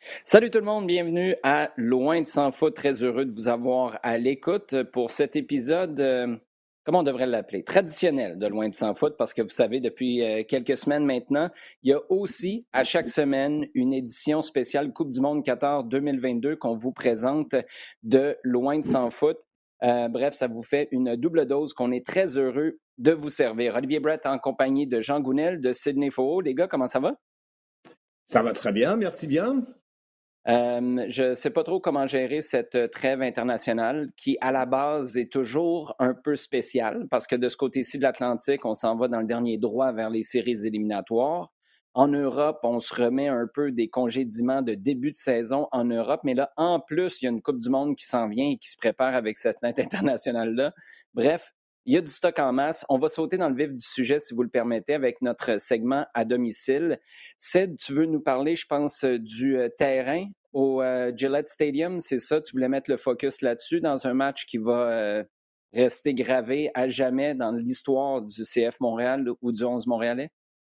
Salut tout le monde, bienvenue à Loin de s'en foutre. Très heureux de vous avoir à l'écoute pour cet épisode, comment on devrait l'appeler, traditionnel de Loin de s'en foutre, parce que vous savez, depuis quelques semaines maintenant, il y a aussi à chaque semaine une édition spéciale Coupe du Monde Qatar 2022 qu'on vous présente de Loin de s'en foutre. Bref, ça vous fait une double dose qu'on est très heureux de vous servir. Olivier Brett en compagnie de Jean Gounel de Sydney Faux. Les gars, comment ça va? Ça va très bien, merci bien. Je ne sais pas trop comment gérer cette trêve internationale qui, à la base, est toujours un peu spéciale parce que de ce côté-ci de l'Atlantique, on s'en va dans le dernier droit vers les séries éliminatoires. En Europe, on se remet un peu des congédiements de début de saison en Europe, mais là, en plus, il y a une Coupe du Monde qui s'en vient et qui se prépare avec cette fenêtre internationale-là. Bref, il y a du stock en masse. On va sauter dans le vif du sujet, si vous le permettez, avec notre segment à domicile. Sid, tu veux nous parler, je pense, du terrain au Gillette Stadium, c'est ça? Tu voulais mettre le focus là-dessus dans un match qui va rester gravé à jamais dans l'histoire du CF Montréal ou du 11 montréalais?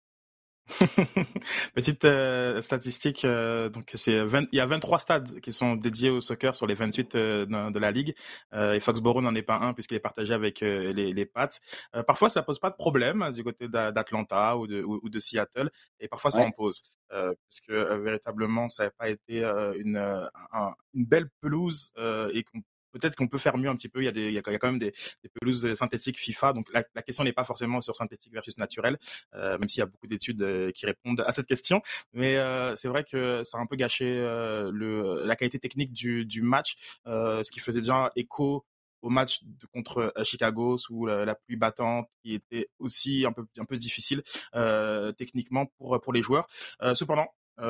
Petite statistique, donc il y a 23 stades qui sont dédiés au soccer sur les 28 de la ligue, et Foxborough n'en est pas un puisqu'il est partagé avec les Pats. Parfois, ça pose pas de problème du côté d'Atlanta ou de Seattle, et parfois ça en Ouais. pose, parce que véritablement, ça n'a pas été une belle pelouse, et peut-être qu'on peut faire mieux un petit peu. Il y a quand même des pelouses synthétiques FIFA, donc la question n'est pas forcément sur synthétique versus naturel, même s'il y a beaucoup d'études qui répondent à cette question. Mais c'est vrai que ça a un peu gâché la qualité technique du match, ce qui faisait déjà écho au match contre Chicago sous la pluie battante, qui était aussi un peu difficile techniquement pour les joueurs. Cependant,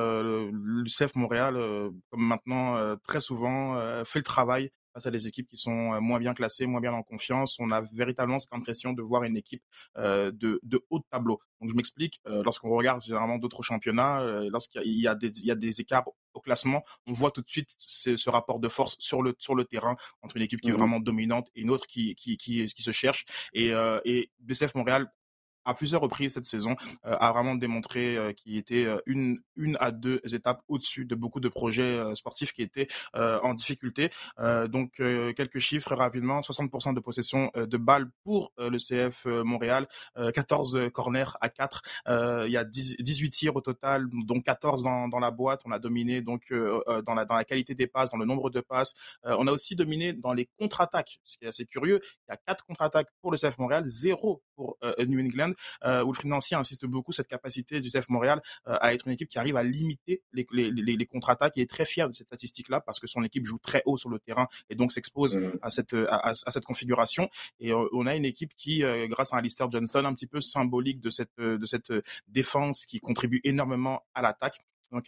le CF Montréal, comme maintenant très souvent, fait le travail face à des équipes qui sont moins bien classées, moins bien en confiance. On a véritablement cette impression de voir une équipe de haut de tableau. Donc je m'explique, lorsqu'on regarde généralement d'autres championnats, lorsqu'il y a, il y a des écarts au classement, on voit tout de suite ce rapport de force sur le terrain entre une équipe qui est Mhm. vraiment dominante et une autre qui se cherche. Et BCF Montréal, à plusieurs reprises cette saison, a vraiment démontré qu'il était une à deux étapes au-dessus de beaucoup de projets sportifs qui étaient en difficulté. Donc, quelques chiffres rapidement. 60% de possession de balles pour le CF Montréal, 14 corners à 4. Il y a 18 tirs au total, dont 14 dans la boîte. On a dominé donc dans la qualité des passes, dans le nombre de passes. On a aussi dominé dans les contre-attaques, ce qui est assez curieux. Il y a 4 contre-attaques pour le CF Montréal, 0 pour New England. Wilfried Nancy insiste beaucoup sur cette capacité du CF Montréal à être une équipe qui arrive à limiter les contre-attaques, et est très fier de cette statistique-là parce que son équipe joue très haut sur le terrain et donc s'expose Mhm. à cette configuration. Et on a une équipe qui, grâce à Alistair Johnston, un petit peu symbolique de cette défense qui contribue énormément à l'attaque, donc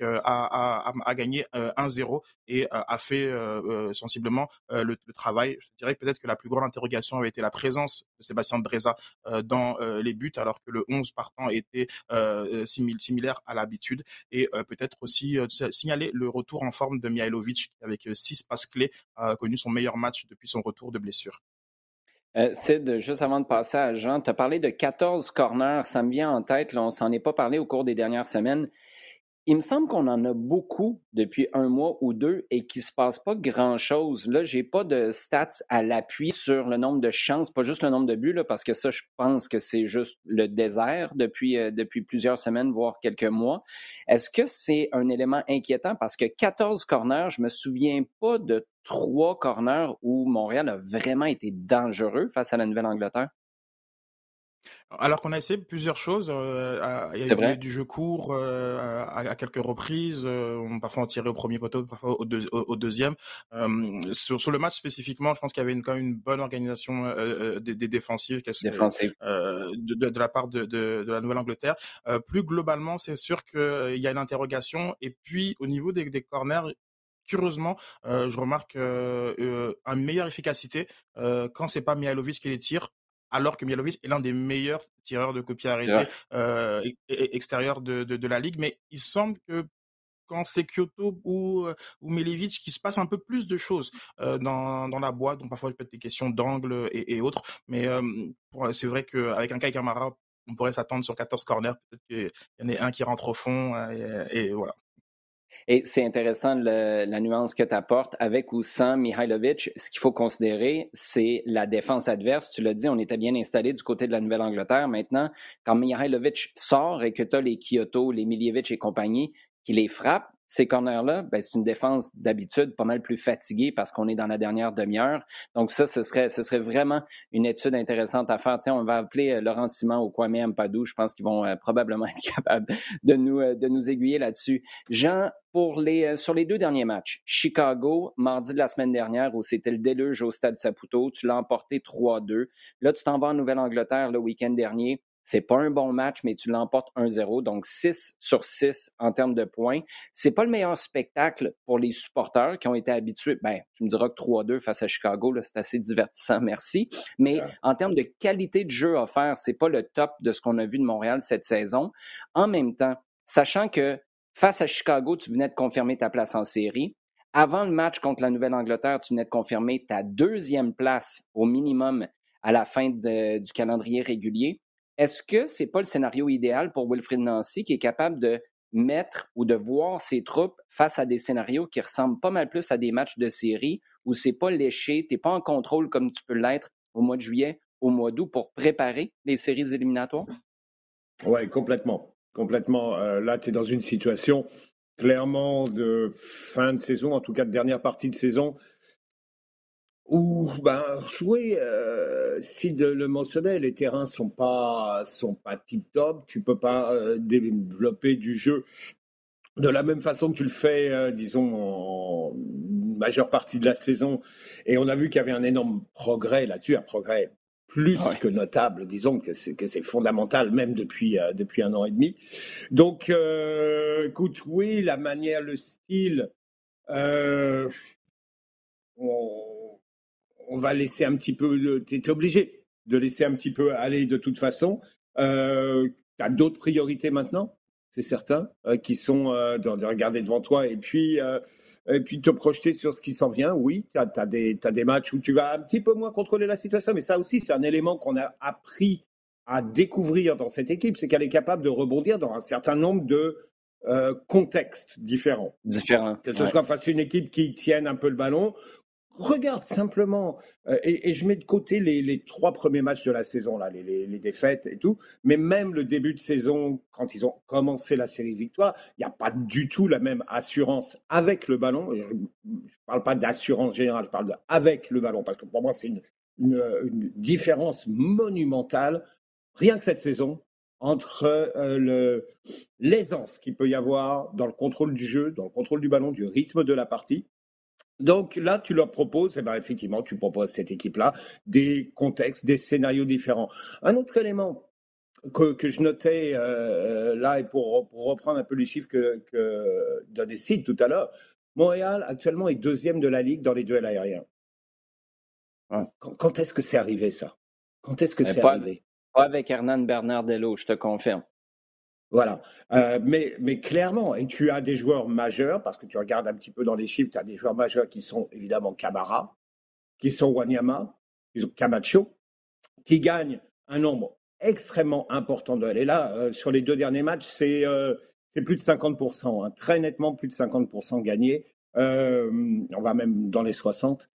a gagné 1-0 et a fait sensiblement le travail. Je dirais peut-être que la plus grande interrogation avait été la présence de Sébastien Breza dans les buts, alors que le 11 partant était similaire à l'habitude. Et peut-être aussi signaler le retour en forme de Mihailovic, qui avec 6 passes clés a connu son meilleur match depuis son retour de blessure. Sid, juste avant de passer à Jean, tu as parlé de 14 corners. Ça me vient en tête, là, on s'en est pas parlé au cours des dernières semaines. Il me semble qu'on en a beaucoup depuis un mois ou deux et qu'il ne se passe pas grand-chose. Là, j'ai pas de stats à l'appui sur le nombre de chances, pas juste le nombre de buts, là, parce que ça, je pense que c'est juste le désert depuis plusieurs semaines, voire quelques mois. Est-ce que c'est un élément inquiétant? Parce que 14 corners, je me souviens pas de 3 corners où Montréal a vraiment été dangereux face à la Nouvelle-Angleterre. Alors qu'on a essayé plusieurs choses, il y a C'est eu vrai? du jeu court à quelques reprises, parfois on tirait au premier poteau, parfois au deuxième. Sur le match spécifiquement, je pense qu'il y avait quand même une bonne organisation des défensives Défensive. de la part de la Nouvelle-Angleterre. Plus globalement, c'est sûr qu'il y a une interrogation. Et puis au niveau des corners, curieusement, je remarque une meilleure efficacité quand c'est pas Mihailovic qui les tire, alors que Mihailovic est l'un des meilleurs tireurs de coups de pied arrêtés extérieurs de la ligue. Mais il semble que quand c'est Kyoto ou Milivic, qu'il se passe un peu plus de choses dans la boîte, donc parfois il peut être des questions d'angle et autres. Mais c'est vrai qu'avec un Kai Kamara, on pourrait s'attendre sur 14 corners, peut-être qu'il y en ait un qui rentre au fond, et voilà. Et c'est intéressant la nuance que tu apportes avec ou sans Mihailovic. Ce qu'il faut considérer, c'est la défense adverse. Tu l'as dit, on était bien installé du côté de la Nouvelle-Angleterre. Maintenant, quand Mihailovic sort et que tu as les Kyoto, les Miljevic et compagnie qui les frappent, ces corners-là, ben, c'est une défense d'habitude pas mal plus fatiguée parce qu'on est dans la dernière demi-heure. Donc ça, ce serait vraiment une étude intéressante à faire. Tiens, on va appeler Laurent Simon ou Kwame Ampadu. Je pense qu'ils vont probablement être capables de nous aiguiller là-dessus. Jean, sur les 2 derniers matchs, Chicago, mardi de la semaine dernière, où c'était le déluge au Stade Saputo, tu l'as emporté 3-2. Là, tu t'en vas en Nouvelle-Angleterre le week-end dernier. C'est pas un bon match, mais tu l'emportes 1-0, donc 6 sur 6 en termes de points. C'est pas le meilleur spectacle pour les supporters qui ont été habitués. Ben, tu me diras que 3-2 face à Chicago, là, c'est assez divertissant, merci. Mais en termes de qualité de jeu offert, c'est pas le top de ce qu'on a vu de Montréal cette saison. En même temps, sachant que face à Chicago, tu venais de confirmer ta place en série. Avant le match contre la Nouvelle-Angleterre, tu venais de confirmer ta 2e place au minimum à la fin du calendrier régulier. Est-ce que c'est pas le scénario idéal pour Wilfried Nancy qui est capable de mettre ou de voir ses troupes face à des scénarios qui ressemblent pas mal plus à des matchs de série où c'est pas léché, t'es pas en contrôle comme tu peux l'être au mois de juillet, au mois d'août pour préparer les séries éliminatoires? Oui, complètement. Complètement. Là, tu es dans une situation clairement de fin de saison, en tout cas de dernière partie de saison, où, ben, oui, Sid le mentionnait, les terrains sont pas tip-top. Tu peux pas développer du jeu de la même façon que tu le fais, disons, en majeure partie de la saison. Et on a vu qu'il y avait un énorme progrès là-dessus, un progrès plus que notable, disons, que c'est fondamental, même depuis 1 an et demi. Donc, écoute, oui, la manière, le style, euh, on, on va laisser un petit peu, t'es obligé de laisser un petit peu aller de toute façon. Tu as d'autres priorités maintenant, c'est certain, qui sont de regarder devant toi et puis te projeter sur ce qui s'en vient. Oui, tu as des matchs où tu vas un petit peu moins contrôler la situation, mais ça aussi, c'est un élément qu'on a appris à découvrir dans cette équipe, c'est qu'elle est capable de rebondir dans un certain nombre de contextes différents. Que ce soit face à une équipe qui tienne un peu le ballon. Regarde simplement, et je mets de côté les 3 premiers matchs de la saison, là, les défaites et tout, mais même le début de saison, quand ils ont commencé la série de victoires, il n'y a pas du tout la même assurance avec le ballon. Je ne parle pas d'assurance générale, je parle avec le ballon, parce que pour moi, c'est une différence monumentale, rien que cette saison, entre l'aisance qu'il peut y avoir dans le contrôle du jeu, dans le contrôle du ballon, du rythme de la partie. Donc là, tu leur proposes, effectivement, tu proposes cette équipe-là des contextes, des scénarios différents. Un autre élément que je notais là, et pour reprendre un peu les chiffres que donnait Sid tout à l'heure, Montréal actuellement est 2e de la Ligue dans les duels aériens. Quand est-ce que c'est arrivé, ça? Quand est-ce que c'est arrivé? Pas avec Hernan Bernardello, je te confirme. Voilà. Mais clairement, et tu as des joueurs majeurs, parce que tu regardes un petit peu dans les chiffres, tu as des joueurs majeurs qui sont évidemment Camara, qui sont Wanyama, qui sont Camacho, qui gagnent un nombre extrêmement important de. Et là, sur les 2 derniers matchs, c'est plus de 50%, hein, très nettement plus de 50% gagnés. On va même dans les 60.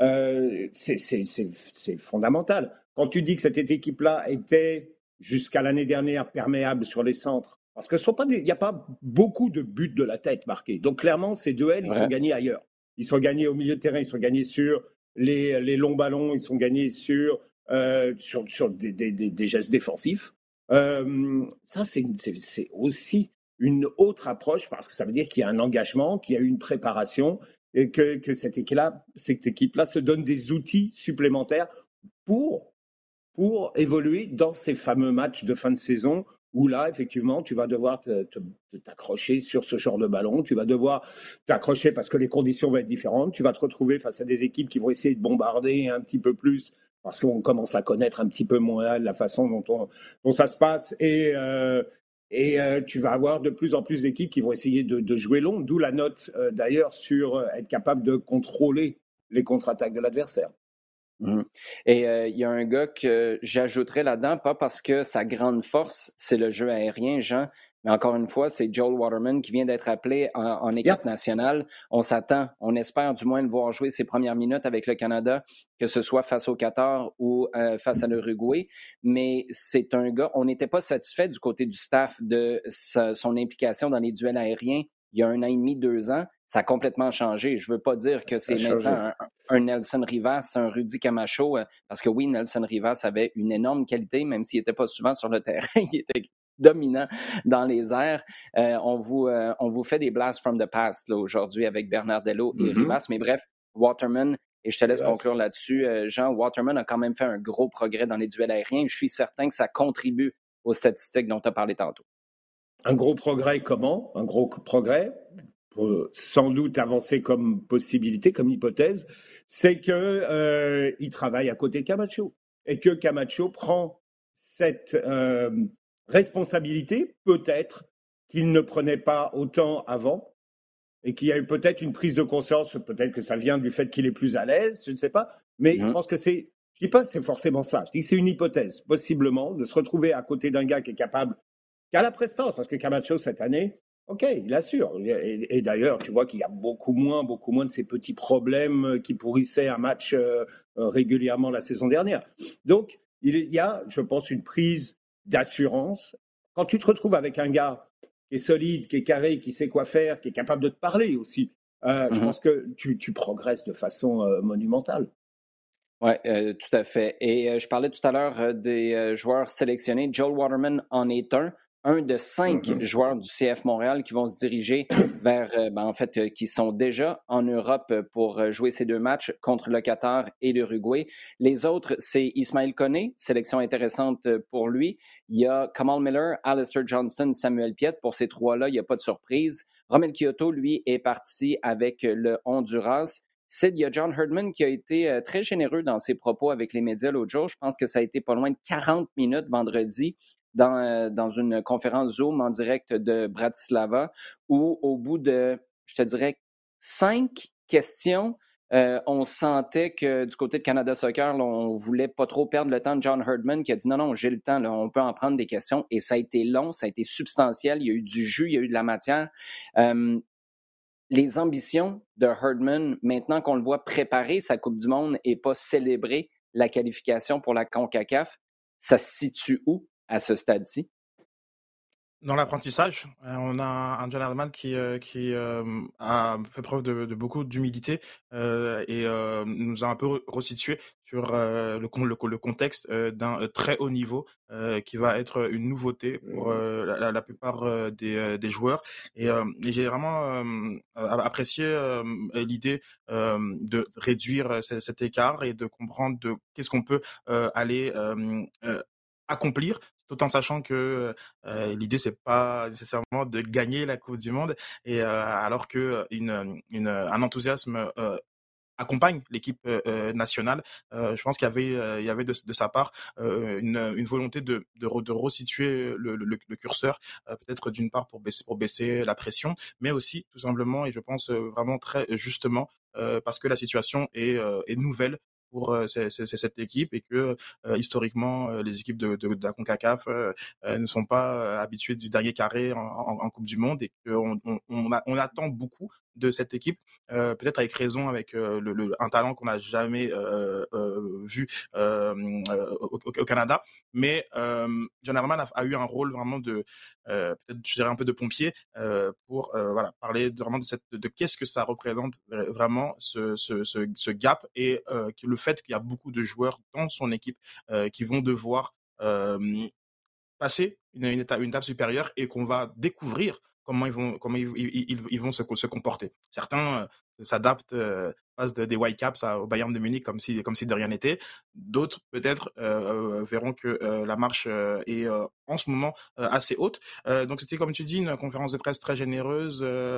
C'est fondamental. Quand tu dis que cette équipe-là était jusqu'à l'année dernière perméable sur les centres, parce que il n'y a pas beaucoup de buts de la tête marqués. Donc clairement, ces duels, ils sont gagnés ailleurs. Ils sont gagnés au milieu de terrain, ils sont gagnés sur les longs ballons, ils sont gagnés sur des gestes défensifs. Ça, c'est aussi une autre approche, parce que ça veut dire qu'il y a un engagement, qu'il y a une préparation, et que cette équipe-là se donne des outils supplémentaires pour évoluer dans ces fameux matchs de fin de saison où là, effectivement, tu vas devoir t'accrocher sur ce genre de ballon, tu vas devoir t'accrocher parce que les conditions vont être différentes, tu vas te retrouver face à des équipes qui vont essayer de bombarder un petit peu plus parce qu'on commence à connaître un petit peu moins la façon dont ça se passe et tu vas avoir de plus en plus d'équipes qui vont essayer de jouer long, d'où la note d'ailleurs sur être capable de contrôler les contre-attaques de l'adversaire. Et il y a un gars que j'ajouterais là-dedans, pas parce que sa grande force, c'est le jeu aérien, Jean, Mais encore une fois, c'est Joel Waterman qui vient d'être appelé en équipe nationale. On s'attend, on espère du moins le voir jouer ses premières minutes avec le Canada, que ce soit face au Qatar ou face à l'Uruguay. Mais c'est un gars, on n'était pas satisfait du côté du staff de son implication dans les duels aériens il y a 1 an et demi, 2 ans. Ça a complètement changé. Je ne veux pas dire que c'est maintenant un Nelson Rivas, un Rudy Camacho, parce que oui, Nelson Rivas avait une énorme qualité, même s'il n'était pas souvent sur le terrain. Il était dominant dans les airs. On vous fait des blasts from the past là, aujourd'hui avec Bernardello et Rivas. Mais bref, Waterman, et je te laisse conclure là-dessus, Jean, Waterman a quand même fait un gros progrès dans les duels aériens. Je suis certain que ça contribue aux statistiques dont tu as parlé tantôt. Un gros progrès comment? Un gros progrès, sans doute avancé comme possibilité, comme hypothèse, c'est que il travaille à côté de Camacho et que Camacho prend cette responsabilité, peut-être qu'il ne prenait pas autant avant et qu'il y a eu peut-être une prise de conscience, peut-être que ça vient du fait qu'il est plus à l'aise, je ne sais pas, mais je pense que je dis pas que c'est forcément ça, je dis que c'est une hypothèse, possiblement, de se retrouver à côté d'un gars qui est capable qu'à la prestance, parce que Camacho, cette année, OK, il assure. Et d'ailleurs, tu vois qu'il y a beaucoup moins de ces petits problèmes qui pourrissaient un match régulièrement la saison dernière. Donc, il y a, je pense, une prise d'assurance. Quand tu te retrouves avec un gars qui est solide, qui est carré, qui sait quoi faire, qui est capable de te parler aussi, je pense que tu progresses de façon monumentale. Oui, tout à fait. Et je parlais tout à l'heure des joueurs sélectionnés. Joel Waterman en est un de 5 joueurs du CF Montréal qui vont se diriger vers, qui sont déjà en Europe pour jouer ces 2 matchs contre le Qatar et l'Uruguay. Les autres, c'est Ismaël Koné, sélection intéressante pour lui. Il y a Kamal Miller, Alistair Johnston, Samuel Piette. Pour ces 3-là, il n'y a pas de surprise. Romel Kyoto, lui, est parti avec le Honduras. Il y a John Herdman qui a été très généreux dans ses propos avec les médias l'autre jour. Je pense que ça a été pas loin de 40 minutes vendredi dans une conférence Zoom en direct de Bratislava où au bout de, je te dirais, 5 questions, on sentait que du côté de Canada Soccer, là, on voulait pas trop perdre le temps de John Herdman qui a dit non, j'ai le temps, là, on peut en prendre des questions. Et ça a été long, ça a été substantiel, il y a eu du jus, il y a eu de la matière. Les ambitions de Herdman, maintenant qu'on le voit préparer sa Coupe du Monde et pas célébrer la qualification pour la CONCACAF, ça se situe où à ce stade-ci? Dans l'apprentissage, on a un John Herdman qui a fait preuve de beaucoup d'humilité et nous a un peu resitué sur le contexte d'un très haut niveau qui va être une nouveauté pour la plupart des joueurs. Et j'ai vraiment apprécié l'idée de réduire cet écart et de comprendre qu'est-ce qu'on peut aller accomplir, tout en sachant que l'idée c'est pas nécessairement de gagner la Coupe du Monde, et alors que un enthousiasme accompagne l'équipe nationale. Je pense qu'il y avait de sa part une volonté de resituer le curseur, peut-être d'une part pour baisser la pression, mais aussi tout simplement, et je pense vraiment très justement, parce que la situation est nouvelle pour cette équipe, et que historiquement les équipes de la CONCACAF ne sont pas habituées du dernier carré en Coupe du Monde, et qu'on attend beaucoup de cette équipe, peut-être avec raison, avec un talent qu'on n'a jamais vu au Canada. Mais John Herman a eu un rôle vraiment de peut-être, je dirais, un peu de pompier pour voilà, parler vraiment de qu'est-ce que ça représente vraiment ce gap, et le fait qu'il y a beaucoup de joueurs dans son équipe qui vont devoir passer une étape supérieure, et qu'on va découvrir comment ils vont se comporter. Certains s'adaptent, passent des Whitecaps au Bayern de Munich comme si de rien n'était. D'autres peut-être verront que la marche est en ce moment assez haute. Donc c'était, comme tu dis, une conférence de presse très généreuse.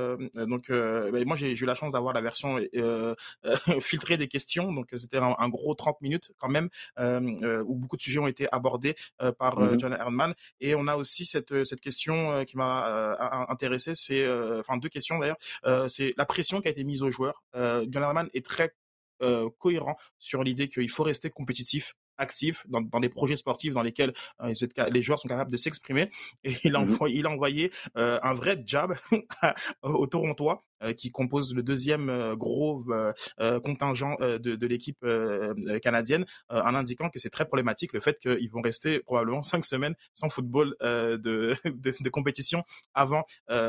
Moi j'ai eu la chance d'avoir la version filtrée des questions, donc c'était un gros 30 minutes quand même, où beaucoup de sujets ont été abordés par John Herdman. Et on a aussi cette question qui m'a intéressé, c'est enfin 2 questions d'ailleurs. C'est la pression qui a été mise aux joueurs. John Herdman est très cohérent sur l'idée qu'il faut rester compétitif actif dans des projets sportifs dans lesquels les joueurs sont capables de s'exprimer. Et il a envoyé un vrai jab aux Torontois qui compose le deuxième gros contingent de l'équipe canadienne, en indiquant que c'est très problématique le fait qu'ils vont rester probablement 5 semaines sans football de compétition avant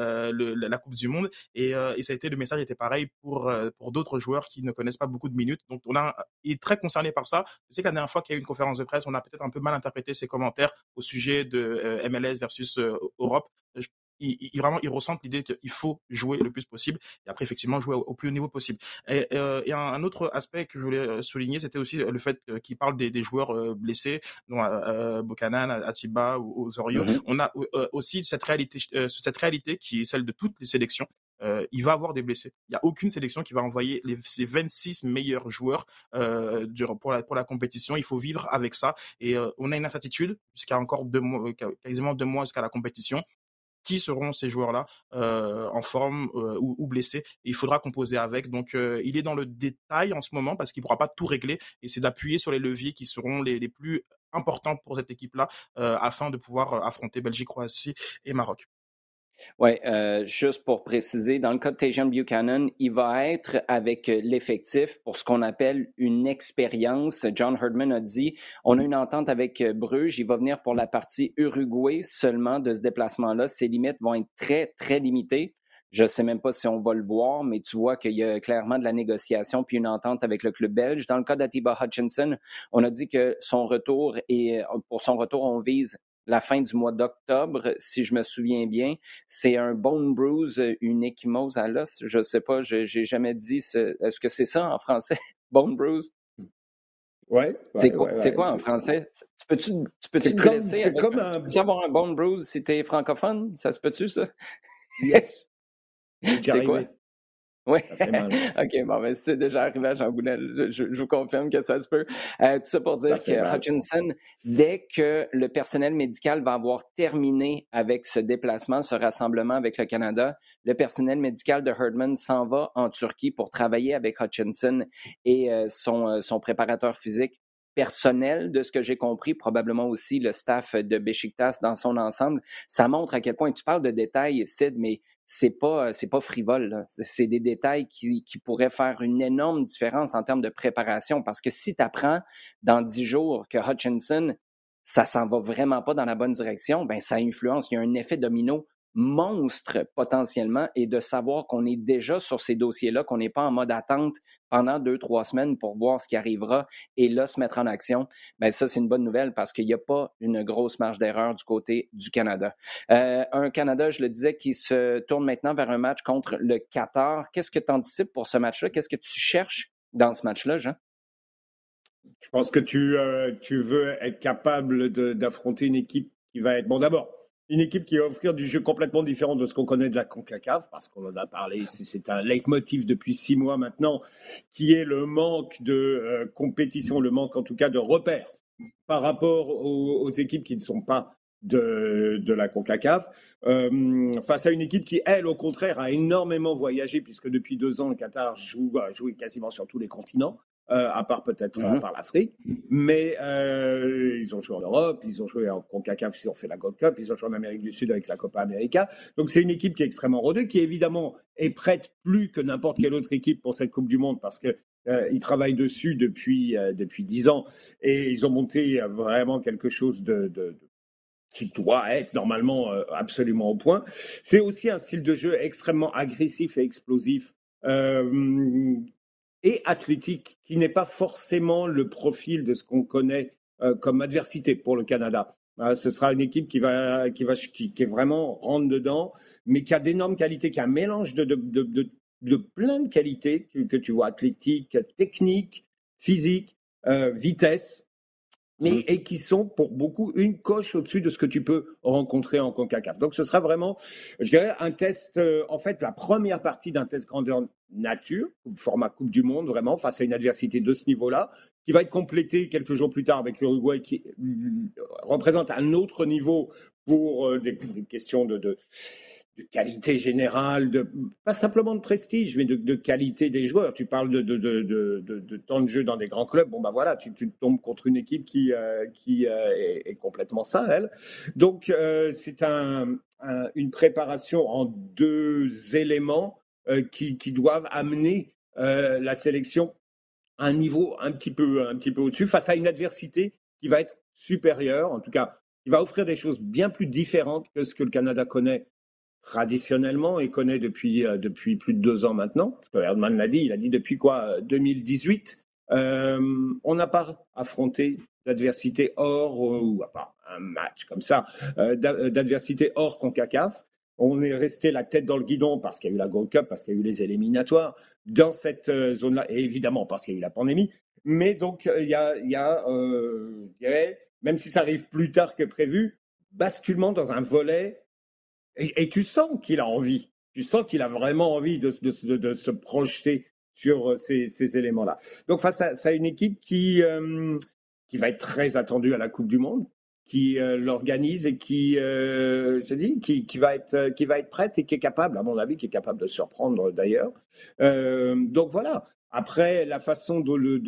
la Coupe du Monde. Et ça a été, le message était pareil pour d'autres joueurs qui ne connaissent pas beaucoup de minutes. Donc il est très concerné par ça. Je sais que la dernière fois qu'il y a eu une conférence de presse, on a peut-être un peu mal interprété ses commentaires au sujet de MLS versus Europe. Vraiment, ils ressentent l'idée qu'il faut jouer le plus possible et après, effectivement, jouer au plus haut niveau possible. Et un autre aspect que je voulais souligner, c'était aussi le fait qu'il parle des joueurs blessés, dont Buchanan, Atiba ou Osorio. On a aussi cette réalité qui est celle de toutes les sélections. Il va avoir des blessés. Il n'y a aucune sélection qui va envoyer ses 26 meilleurs joueurs pour la compétition. Il faut vivre avec ça. Et on a une incertitude jusqu'à encore quasiment 2 mois jusqu'à la compétition. Qui seront ces joueurs-là en forme ou blessés, et il faudra composer avec. Donc il est dans le détail en ce moment parce qu'il ne pourra pas tout régler, et c'est d'appuyer sur les leviers qui seront les plus importants pour cette équipe-là afin de pouvoir affronter Belgique, Croatie et Maroc. Oui, juste pour préciser, dans le cas de Tajon Buchanan, il va être avec l'effectif pour ce qu'on appelle une expérience. John Herdman a dit, on a une entente avec Bruges, il va venir pour la partie Uruguay seulement de ce déplacement-là. Ses limites vont être très, très limitées. Je ne sais même pas si on va le voir, mais tu vois qu'il y a clairement de la négociation puis une entente avec le club belge. Dans le cas d'Atiba Hutchinson, on a dit que pour son retour, on vise la fin du mois d'octobre, si je me souviens bien. C'est un bone bruise, une ecchymose à l'os. Je ne sais pas, j'ai jamais dit. Est-ce que c'est ça en français? Bone bruise? Ouais. C'est quoi en français? Tu peux-tu te blesser avec tu peux avoir un bone bruise si tu es francophone? Ça se peut-tu, ça? Yes. C'est quoi? Oui. OK, bon, mais c'est déjà arrivé à Jean Gounel. Je vous confirme que ça se peut. Tout ça pour dire que Hutchinson, dès que le personnel médical va avoir terminé avec ce déplacement, ce rassemblement avec le Canada, le personnel médical de Herdman s'en va en Turquie pour travailler avec Hutchinson et son préparateur physique personnel, de ce que j'ai compris, probablement aussi le staff de Beşiktaş dans son ensemble. Ça montre à quel point, tu parles de détails, Sid, mais c'est pas frivole, là. C'est des détails qui pourraient faire une énorme différence en termes de préparation, parce que si tu apprends dans 10 jours que Hutchinson, ça s'en va vraiment pas dans la bonne direction, ben ça influence. Il y a un effet domino monstre potentiellement, et de savoir qu'on est déjà sur ces dossiers-là, qu'on n'est pas en mode attente pendant 2-3 semaines pour voir ce qui arrivera et là se mettre en action, ben ça c'est une bonne nouvelle parce qu'il n'y a pas une grosse marge d'erreur du côté du Canada. Un Canada, je le disais, qui se tourne maintenant vers un match contre le Qatar. Qu'est-ce que tu anticipes pour ce match-là? Qu'est-ce que tu cherches dans ce match-là, Jean? Je pense que tu veux être capable d'affronter une équipe qui va être... Bon, d'abord, une équipe qui va offrir du jeu complètement différent de ce qu'on connaît de la CONCACAF, parce qu'on en a parlé, c'est un leitmotiv depuis 6 mois maintenant, qui est le manque de compétition, le manque en tout cas de repères par rapport aux équipes qui ne sont pas de la CONCACAF, face à une équipe qui, elle, au contraire, a énormément voyagé, puisque depuis 2 ans, le Qatar a joué quasiment sur tous les continents. À part peut-être par l'Afrique, mais ils ont joué en Europe, ils ont joué en CONCACAF, ils ont fait la Gold Cup, ils ont joué en Amérique du Sud avec la Copa América. Donc c'est une équipe qui est extrêmement rodée, qui évidemment est prête plus que n'importe quelle autre équipe pour cette Coupe du Monde, parce que ils travaillent dessus depuis 10 ans, et ils ont monté vraiment quelque chose qui doit être normalement absolument au point. C'est aussi un style de jeu extrêmement agressif et explosif. Et athlétique, qui n'est pas forcément le profil de ce qu'on connaît comme adversité pour le Canada. Ce sera une équipe qui est vraiment rentre dedans, mais qui a d'énormes qualités, qui a un mélange de plein de qualités que tu vois, athlétique, technique, physique, vitesse, mais et qui sont pour beaucoup une coche au-dessus de ce que tu peux rencontrer en CONCACAF. Donc ce sera vraiment, je dirais, un test, en fait, la première partie d'un test grandeur nature, format Coupe du Monde, vraiment, face à une adversité de ce niveau-là, qui va être complété quelques jours plus tard avec l'Uruguay, qui représente un autre niveau pour des questions qualité générale, pas simplement de prestige, mais de qualité des joueurs. Tu parles de temps de jeu dans des grands clubs. Bon, bah voilà, tu tombes contre une équipe qui est complètement ça, elle. Donc, c'est une préparation en deux éléments qui doivent amener la sélection à un niveau un petit peu au-dessus, face à une adversité qui va être supérieure, en tout cas, qui va offrir des choses bien plus différentes que ce que le Canada connaît traditionnellement et connaît depuis plus de 2 ans maintenant. Parce que Herdman l'a dit, il a dit depuis quoi 2018. On n'a pas affronté d'adversité hors, ou à part un match comme ça, d'adversité hors CONCACAF. On est resté la tête dans le guidon parce qu'il y a eu la Gold Cup, parce qu'il y a eu les éliminatoires dans cette zone-là, et évidemment parce qu'il y a eu la pandémie. Mais donc, il y a je dirais, même si ça arrive plus tard que prévu, basculement dans un volet. Et tu sens qu'il a envie. Tu sens qu'il a vraiment envie de se projeter sur ces éléments-là. Donc, face à une équipe qui va être très attendue à la Coupe du Monde, qui l'organise et qui va être prête et qui est capable, à mon avis, qui est capable de surprendre d'ailleurs. Donc voilà. Après, la façon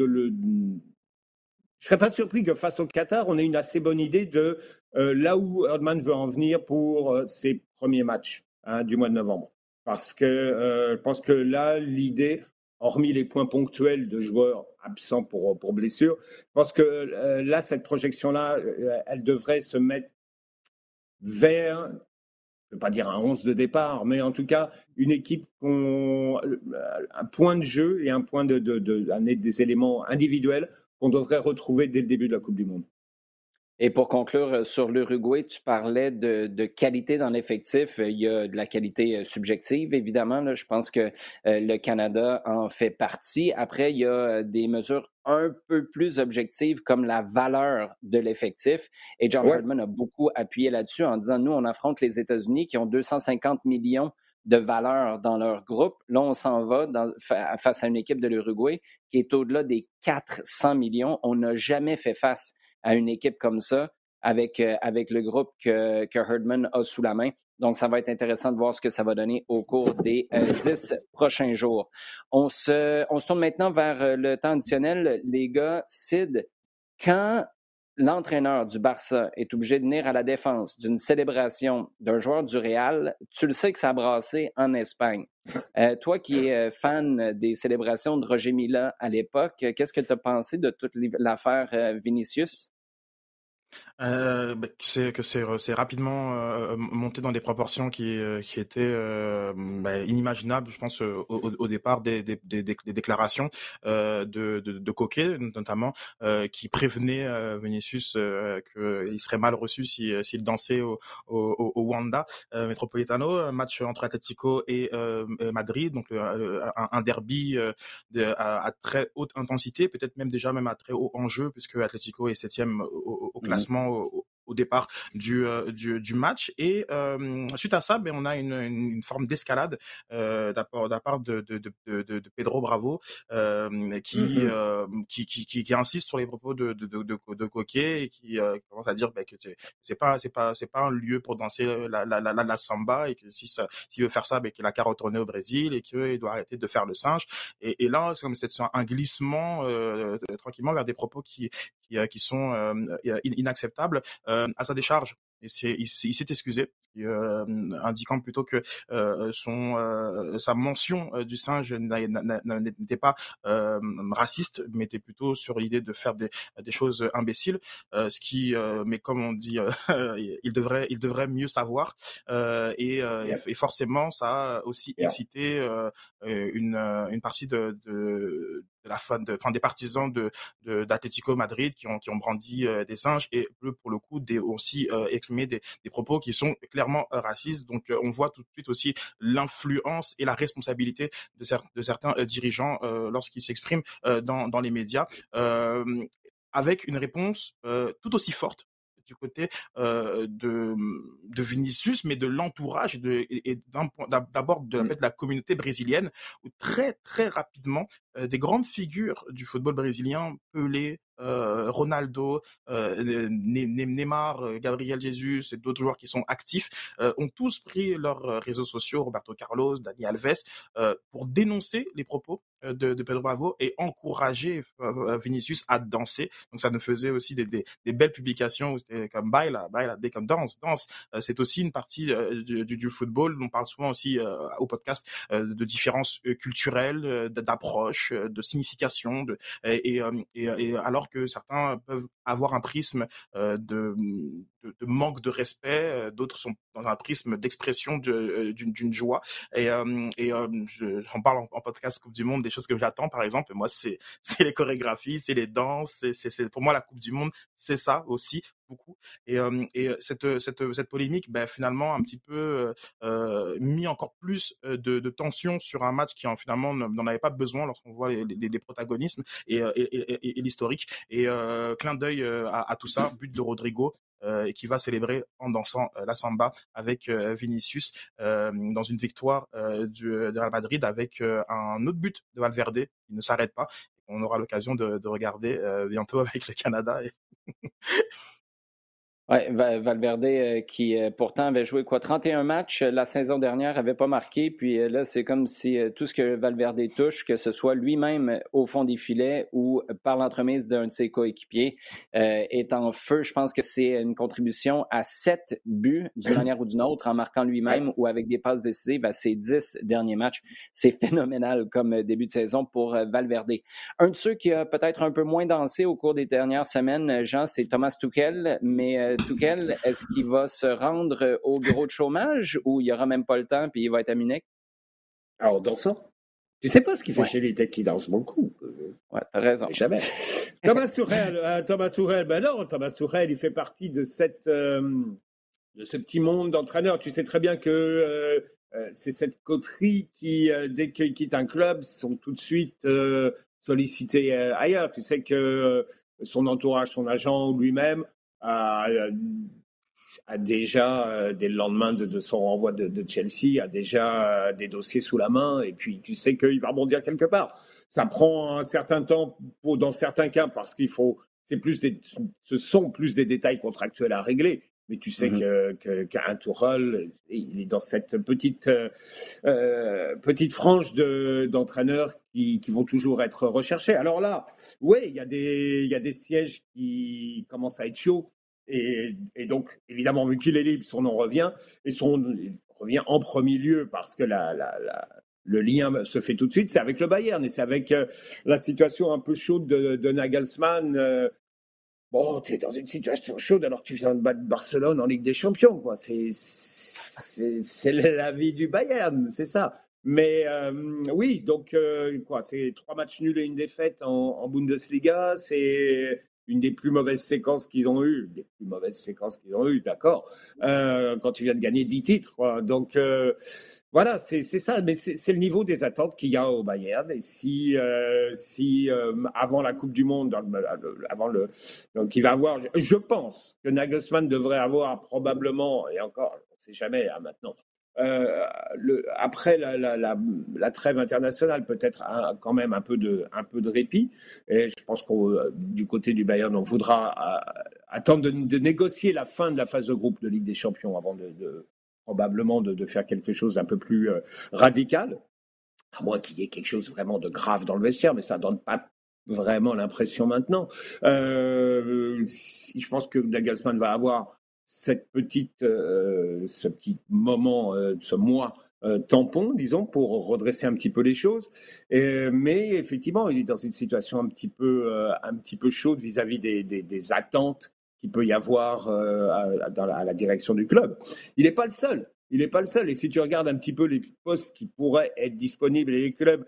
je serais pas surpris que face au Qatar, on ait une assez bonne idée de là où Herdman veut en venir pour ses premiers matchs du mois de novembre. Parce que je pense que là, l'idée, hormis les points ponctuels de joueurs absents pour blessure, je pense que là, cette projection-là, elle devrait se mettre vers, je ne veux pas dire un 11 de départ, mais en tout cas, une équipe un point de jeu et un point des éléments individuels qu'on devrait retrouver dès le début de la Coupe du Monde. Et pour conclure sur l'Uruguay, tu parlais de qualité dans l'effectif. Il y a de la qualité subjective, évidemment. Là. Je pense que le Canada en fait partie. Après, il y a des mesures un peu plus objectives comme la valeur de l'effectif. Et John Herdman a beaucoup appuyé là-dessus en disant, nous, on affronte les États-Unis qui ont 250 millions de valeur dans leur groupe. Là, on s'en va face à une équipe de l'Uruguay qui est au-delà des 400 millions. On n'a jamais fait face à une équipe comme ça avec le groupe que Herdman a sous la main. Donc, ça va être intéressant de voir ce que ça va donner au cours des 10 prochains jours. On se tourne maintenant vers le temps additionnel. Les gars, Sid, quand l'entraîneur du Barça est obligé de venir à la défense d'une célébration d'un joueur du Real, tu le sais que ça a brassé en Espagne. Toi qui es fan des célébrations de Roger Mila à l'époque, qu'est-ce que tu as pensé de toute l'affaire Vinicius? C'est rapidement monté dans des proportions qui étaient inimaginables, je pense, au départ des déclarations de Coquet, notamment, qui prévenait Vinicius qu'il serait mal reçu s'il dansait au Wanda Metropolitano, un match entre Atlético et Madrid, donc un derby à très haute intensité, peut-être même à très haut enjeu, puisque Atlético est 7e au classement au départ du match. Et suite à ça, on a une forme d'escalade de la part de Pedro Bravo, qui insiste sur les propos de Coquet et qui commence à dire que c'est pas un lieu pour danser la samba, et que s'il veut faire ça, qu'il a qu'à retourner au Brésil et qu'il doit arrêter de faire le singe. Et là, c'est comme un glissement tranquillement vers des propos qui sont inacceptables à sa décharge. Et il s'est excusé, indiquant plutôt que sa mention du singe n'était pas raciste, mais était plutôt sur l'idée de faire des choses imbéciles, mais comme on dit, il devrait mieux savoir, et forcément ça a aussi excité une partie des partisans d'Atlético Madrid qui ont brandi des singes, et pour le coup aussi exprimé des propos qui sont clairement racistes. Donc on voit tout de suite aussi l'influence et la responsabilité de certains dirigeants lorsqu'ils s'expriment dans les médias, avec une réponse tout aussi forte du côté de Vinicius, mais de l'entourage d'abord de la communauté brésilienne, où très très rapidement des grandes figures du football brésilien, Pelé, Ronaldo, Neymar, Gabriel Jesus et d'autres joueurs qui sont actifs, ont tous pris leurs réseaux sociaux, Roberto Carlos, Dani Alves, pour dénoncer les propos de Pedro Bravo et encourager Vinicius à danser. Donc ça nous faisait aussi des belles publications où c'était comme baila, comme danse. C'est aussi une partie du football. On parle souvent aussi au podcast de différences culturelles, d'approches, de signification, et alors que certains peuvent avoir un prisme de manque de respect, d'autres sont dans un prisme d'expression d'une joie. J'en parle en podcast Coupe du Monde, des choses que j'attends, par exemple. Moi, c'est les chorégraphies, c'est les danses, c'est pour moi la Coupe du Monde, c'est ça aussi beaucoup. Et cette polémique, finalement, un petit peu mis encore plus de tension sur un match qui finalement n'en avait pas besoin lorsqu'on voit les protagonismes et l'historique. Et clin d'œil à tout ça, but de Rodrigo. Et qui va célébrer en dansant la samba avec Vinicius dans une victoire de Real Madrid avec un autre but de Valverde. Il ne s'arrête pas. On aura l'occasion de regarder bientôt avec le Canada. Ouais, Valverde qui pourtant avait joué 31 matchs la saison dernière, avait pas marqué, puis là c'est comme si tout ce que Valverde touche, que ce soit lui-même au fond des filets ou par l'entremise d'un de ses coéquipiers, est en feu. Je pense que c'est une contribution à 7 buts d'une manière ou d'une autre en marquant lui-même ou avec des passes décisives à ses 10 derniers matchs. C'est phénoménal comme début de saison pour Valverde. Un de ceux qui a peut-être un peu moins dansé au cours des dernières semaines, Jean, c'est Thomas Tuchel, mais Tuchel, est-ce qu'il va se rendre au bureau de chômage ou il n'y aura même pas le temps puis il va être à Munich? Alors, dansant. Tu sais pas ce qu'il fait chez les techs qui dansent beaucoup. Ouais, t'as raison. Jamais. Thomas Tuchel, non, Thomas Tuchel, il fait partie de ce petit monde d'entraîneurs. Tu sais très bien que c'est cette coterie qui, dès qu'ils quittent un club, sont tout de suite sollicités ailleurs. Tu sais que son entourage, son agent ou lui-même a déjà, dès le lendemain de son renvoi de Chelsea, a déjà des dossiers sous la main, et puis tu sais qu'il va rebondir quelque part. Ça prend un certain temps dans certains cas, parce ce sont plus des détails contractuels à régler. Mais tu sais qu'un Tuchel, il est dans cette petite frange d'entraîneurs qui vont toujours être recherchés. Alors là, oui, il y a des sièges qui commencent à être chauds. Et donc, évidemment, vu qu'il est libre, son nom revient. Et il revient en premier lieu parce que le lien se fait tout de suite. C'est avec le Bayern et c'est avec la situation un peu chaude de Nagelsmann. Bon, tu es dans une situation chaude alors que tu viens de battre Barcelone en Ligue des Champions, quoi. C'est la vie du Bayern, c'est ça. Mais oui, donc c'est 3 matchs nuls et une défaite en Bundesliga. C'est une des plus mauvaises séquences qu'ils ont eues. D'accord. Quand tu viens de gagner 10 titres, quoi. Donc voilà, c'est ça. Mais c'est le niveau des attentes qu'il y a au Bayern. Et si avant la Coupe du Monde, donc il va avoir, je pense que Nagelsmann devrait avoir probablement, et encore, on ne sait jamais maintenant, après la trêve internationale, peut-être quand même un peu de répit. Et je pense que du côté du Bayern, on voudra attendre de négocier la fin de la phase de groupe de Ligue des Champions avant probablement de faire quelque chose d'un peu plus radical, à moins qu'il y ait quelque chose vraiment de grave dans le vestiaire, mais ça ne donne pas vraiment l'impression maintenant. Je pense que Nagelsmann va avoir ce petit moment, ce mois tampon, disons, pour redresser un petit peu les choses. Mais effectivement, il est dans une situation un petit peu chaude vis-à-vis des attentes qu'il peut y avoir à la direction du club. Il n'est pas le seul. Et si tu regardes un petit peu les postes qui pourraient être disponibles et les clubs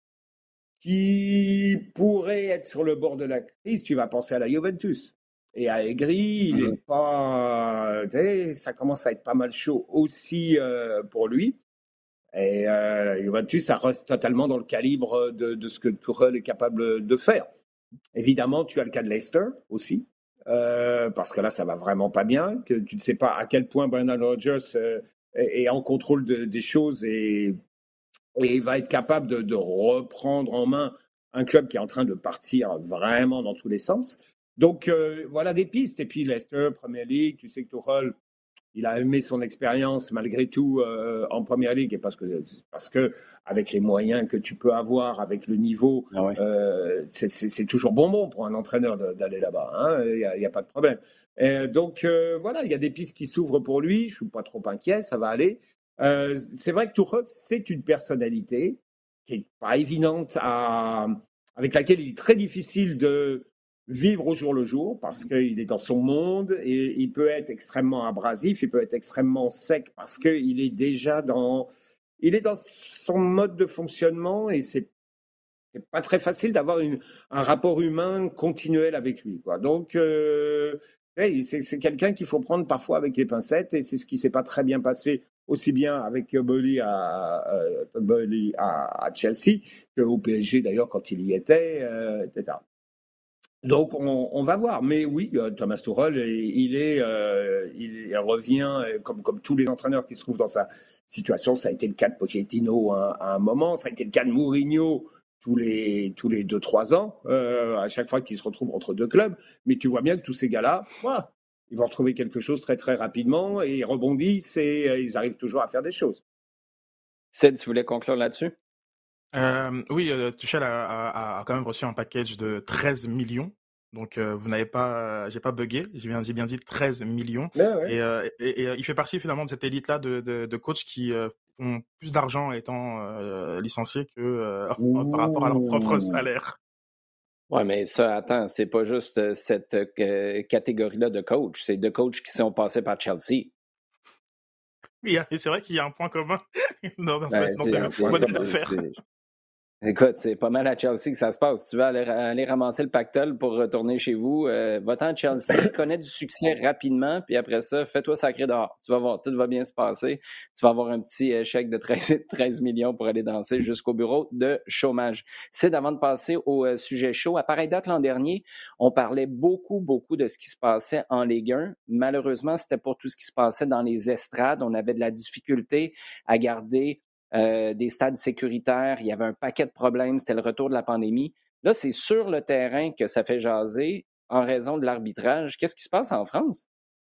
qui pourraient être sur le bord de la crise, tu vas penser à la Juventus. Et à Aigri, il est pas. Ça commence à être pas mal chaud aussi pour lui. Et la Juventus, ça reste totalement dans le calibre de ce que Tuchel est capable de faire. Évidemment, tu as le cas de Leicester aussi. parce que là, ça va vraiment pas bien, que tu ne sais pas à quel point Brendan Rodgers est en contrôle des choses et va être capable de reprendre en main un club qui est en train de partir vraiment dans tous les sens. Donc, voilà des pistes. Et puis, Leicester, Premier League, tu sais que Tuchel, il a aimé son expérience malgré tout en Première Ligue et parce que avec les moyens que tu peux avoir, avec le niveau, Ah ouais. c'est toujours bonbon pour un entraîneur d'aller là-bas. Hein, il n'y a pas de problème. Donc voilà, il y a des pistes qui s'ouvrent pour lui. Je suis pas trop inquiet, ça va aller. C'est vrai que Tuchel, c'est une personnalité qui est pas évidente avec laquelle il est très difficile de vivre au jour le jour parce qu'il est dans son monde et il peut être extrêmement abrasif, il peut être extrêmement sec parce qu'il est déjà il est dans son mode de fonctionnement et c'est pas très facile d'avoir un rapport humain continuel avec lui, quoi. Donc, c'est quelqu'un qu'il faut prendre parfois avec les pincettes et c'est ce qui s'est pas très bien passé aussi bien avec Todd Boehly à Chelsea qu'au PSG d'ailleurs quand il y était, etc. Donc on va voir, mais oui, Thomas Tuchel, il revient comme tous les entraîneurs qui se trouvent dans sa situation. Ça a été le cas de Pochettino à un moment, ça a été le cas de Mourinho tous les 2-3 ans, à chaque fois qu'ils se retrouvent entre deux clubs. Mais tu vois bien que tous ces gars-là, ils vont retrouver quelque chose très très rapidement et ils rebondissent et ils arrivent toujours à faire des choses. Sid, tu voulais conclure là-dessus? Oui, Tuchel a quand même reçu un package de 13 millions. Donc, vous n'avez pas, j'ai pas bugué, j'ai bien dit 13 millions. Ouais. Et il fait partie finalement de cette élite-là de coachs qui ont plus d'argent étant licenciés que par rapport à leur propre salaire. Oui, mais ça, attends, c'est pas juste cette catégorie-là de coach, c'est de coachs qui sont passés par Chelsea. Et c'est vrai qu'il y a un point commun dans Ben, ce modèle d'affaires. Écoute, c'est pas mal à Chelsea que ça se passe. Si tu veux aller ramasser le pactole pour retourner chez vous, va-t'en à Chelsea, connais du succès rapidement, puis après ça, fais-toi sacrer dehors. Tu vas voir, tout va bien se passer. Tu vas avoir un petit chèque de 13 millions pour aller danser jusqu'au bureau de chômage. C'est avant de passer au sujet chaud. À pareille date l'an dernier, on parlait beaucoup de ce qui se passait en Ligue 1. Malheureusement, c'était pour tout ce qui se passait dans les estrades. On avait de la difficulté à garder des stades sécuritaires, il y avait un paquet de problèmes, c'était le retour de la pandémie. Là, c'est sur le terrain que ça fait jaser en raison de l'arbitrage. Qu'est-ce qui se passe en France?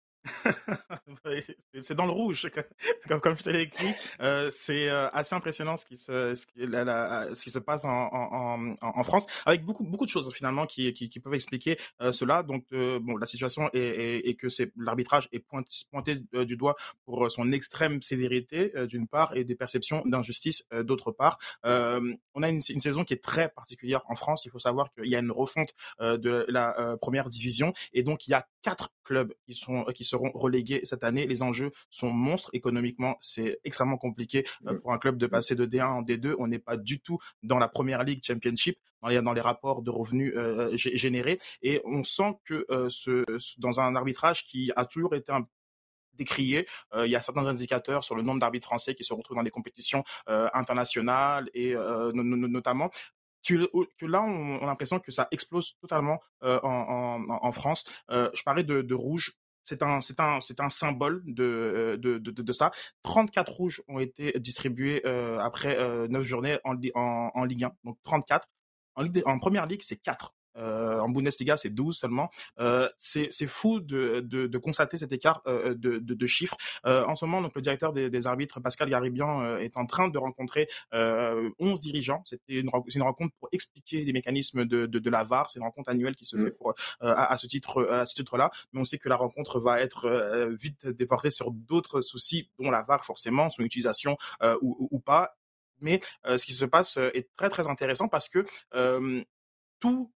C'est dans le rouge, comme je te l'ai écrit. C'est assez impressionnant ce qui se passe en France, avec beaucoup de choses finalement qui peuvent expliquer cela. Donc, bon, la situation est que l'arbitrage est pointé du doigt pour son extrême sévérité d'une part et des perceptions d'injustice d'autre part. On a une saison qui est très particulière en France. Il faut savoir qu'il y a une refonte de la première division et donc il y a 4 clubs qui seront relégués cette année. Les enjeux sont monstres. Économiquement, c'est extrêmement compliqué pour un club de passer de D1 en D2. On n'est pas du tout dans la Première Ligue Championship, dans les rapports de revenus générés. Et on sent que dans un arbitrage qui a toujours été décrié. Il y a certains indicateurs sur le nombre d'arbitres français qui se retrouvent dans des compétitions internationales et notamment que là, on a l'impression que ça explose totalement en France. Je parlais de rouge. C'est un symbole de ça. 34 rouges ont été distribués après 9 journées en Ligue 1. Donc 34. En Première Ligue, c'est 4. En Bundesliga, c'est 12 seulement. C'est fou de constater cet écart de chiffres. En ce moment, donc, le directeur des arbitres, Pascal Garibian, est en train de rencontrer 11 dirigeants. C'est une rencontre pour expliquer les mécanismes de la VAR. C'est une rencontre annuelle qui se fait à ce titre-là. Mais on sait que la rencontre va être vite déportée sur d'autres soucis, dont la VAR forcément, son utilisation ou pas. Mais ce qui se passe est très très intéressant parce que tous